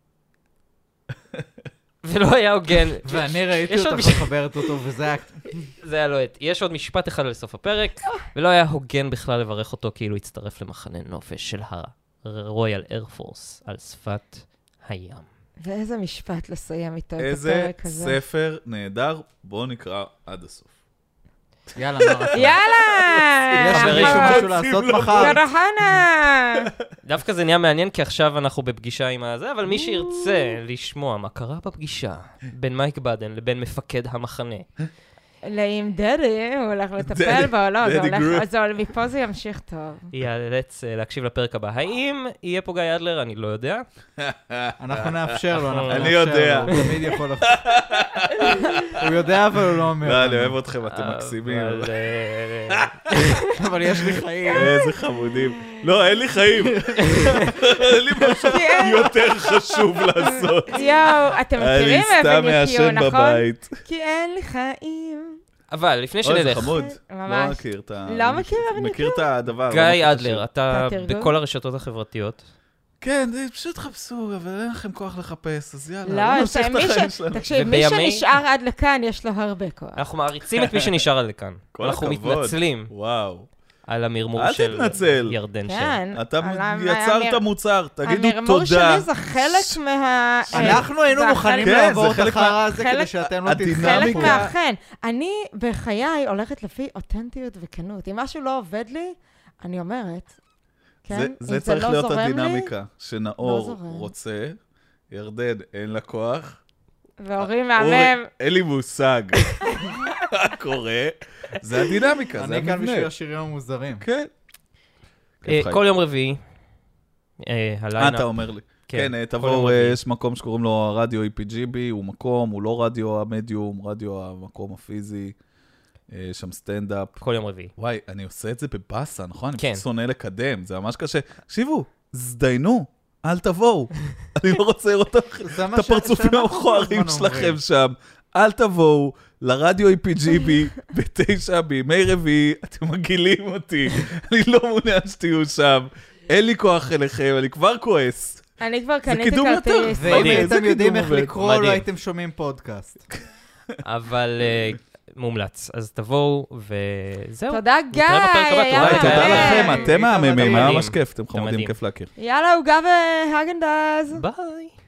ולא היה הוגן. ואני ראיתי יש עוד אותך מש- מחברת אותו, וזה היה... זה היה לא עת. יש עוד משפט אחד לסוף הפרק, ולא היה הוגן בכלל לברך אותו כאילו הצטרף למחנה נופש של הרויאל איירפורס על שפת הים. ואיזה משפט לסיים איתו את איזה הפרק הזה. ספר נהדר, בואו נקרא עד הסוף. יאללה, מה רצית? יאללה! יש חברים, למישהו אנחנו- משהו לעשות מחר? קרחנה! דווקא זה נהיה מעניין, כי עכשיו אנחנו בפגישה עם הזה, אבל מי שירצה לשמוע מה קרה בפגישה בין מייק בדן לבין מפקד המחנה, לאם דדי, הוא הולך לטפל דדי, בו, לא, זה דדי הולך, גרופ. אז זה- מפה זה ימשיך טוב. ייאלץ אה, להקשיב לפרק הבא. האם יהיה פה גיא אדלר? אני לא יודע. אנחנו נאפשר לו, אנחנו אני נאפשר יודע. לו, הוא תמיד יכול... לח- הוא יודע, אבל הוא לא אומר. לא, אני לנו. אוהב אתכם, אתם מקסימים. אבל, אה, אבל יש לי חיים. איזה חמודים. לא, אין לי חיים. אין לי משהו יותר חשוב לעשות. יואו, אתם מכירים אני סתם אבן יקיו, מעשן נכון? בבית. כי אין לי חיים. אבל לפני אוי, זה שנלך, חמוד. ממש. לא מכיר את ה... לא מכיר אבן מכיר את הדבר. לא גיא מכיר את אדלר, השיר. אתה אתה תרגום? בכל הרשתות החברתיות. כן, זה פשוט חפשו, אבל אין לכם כוח לחפש, אז יאללה. לא, בוא יש נמשיך את מי החיים ש... שלנו. תקשיב, מי ובימי- שנשאר עד לכאן, יש לו הרבה כוח. אנחנו מעריצים את מי שנשאר עד לכאן. כל אנחנו הכבוד. מתנצלים וואו. על המרמור אל של תתנצל. ירדן שר. כן. אתה על ה- יצרת המר- מוצר, תגידו המרמור תודה. שלי זה חלק מה... אנחנו היינו זה מוכנים כן, לעבור זה את חלק החרא הזה חלק- כדי שאתם לא הדינמיקה. חלק תתחלקו. מהחן. אני בחיי הולכת לפי אותנטיות וכנות. אם משהו לא עובד לי, אני אומרת, כן? זה, אם זה צריך לא להיות זורם לי, הדינמיקה, שנאור לא זורם. רוצה, ירדן אין לה כוח, ואורי אורי, מהמם. אין לי מושג מה קורה, זה הדינמיקה, זה אני כאן בשביל המבנה. השירים המוזרים. כן. אה, כיף חיים. כל יום רביעי, אה, אה, הלילה... אתה אומר לי. כן, כן, אה, כל תבואו, יום אה, רביעי. יש מקום שקוראים לו הרדיו אי פי ג'י בי, הוא מקום, הוא לא רדיו המדיום, רדיו המקום הפיזי, אה, שם סטנדאפ. כל יום רביעי. וואי, אני עושה את זה בבאסה, נכון? כן. אני פשוט שונא לקדם, זה ממש קשה. תקשיבו, זדיינו, אל תבואו. אני לא רוצה לראות זה מה את ש- הפרצופים שאנחנו המכוערים כל הזמן שלכם אומרים. שם. אל תבואו לרדיו אי פי ג'י בי בתשע בימי רביעי, אתם מגעילים אותי. אני לא מעוניין שתהיו שם. אין לי כוח אליכם, אני כבר כועס. אני כבר קניתי קידום יותר. כרטיס. ואם מדהים. איזה הייתם יודעים קידום איך עובד. לקרוא, לא מדהים. הייתם שומעים פודקאסט. אבל אה, מומלץ. אז תבואו, וזהו. תודה גיא, נתראה בפרק הבא, היה תודה, וואי, תודה אה, לכם, היית אתם מהממים, מדהים. היה ממש כיף, אתם אתה חמודים, מדהים. כיף להכיר. יאללה, עוגה והגנדז. ביי.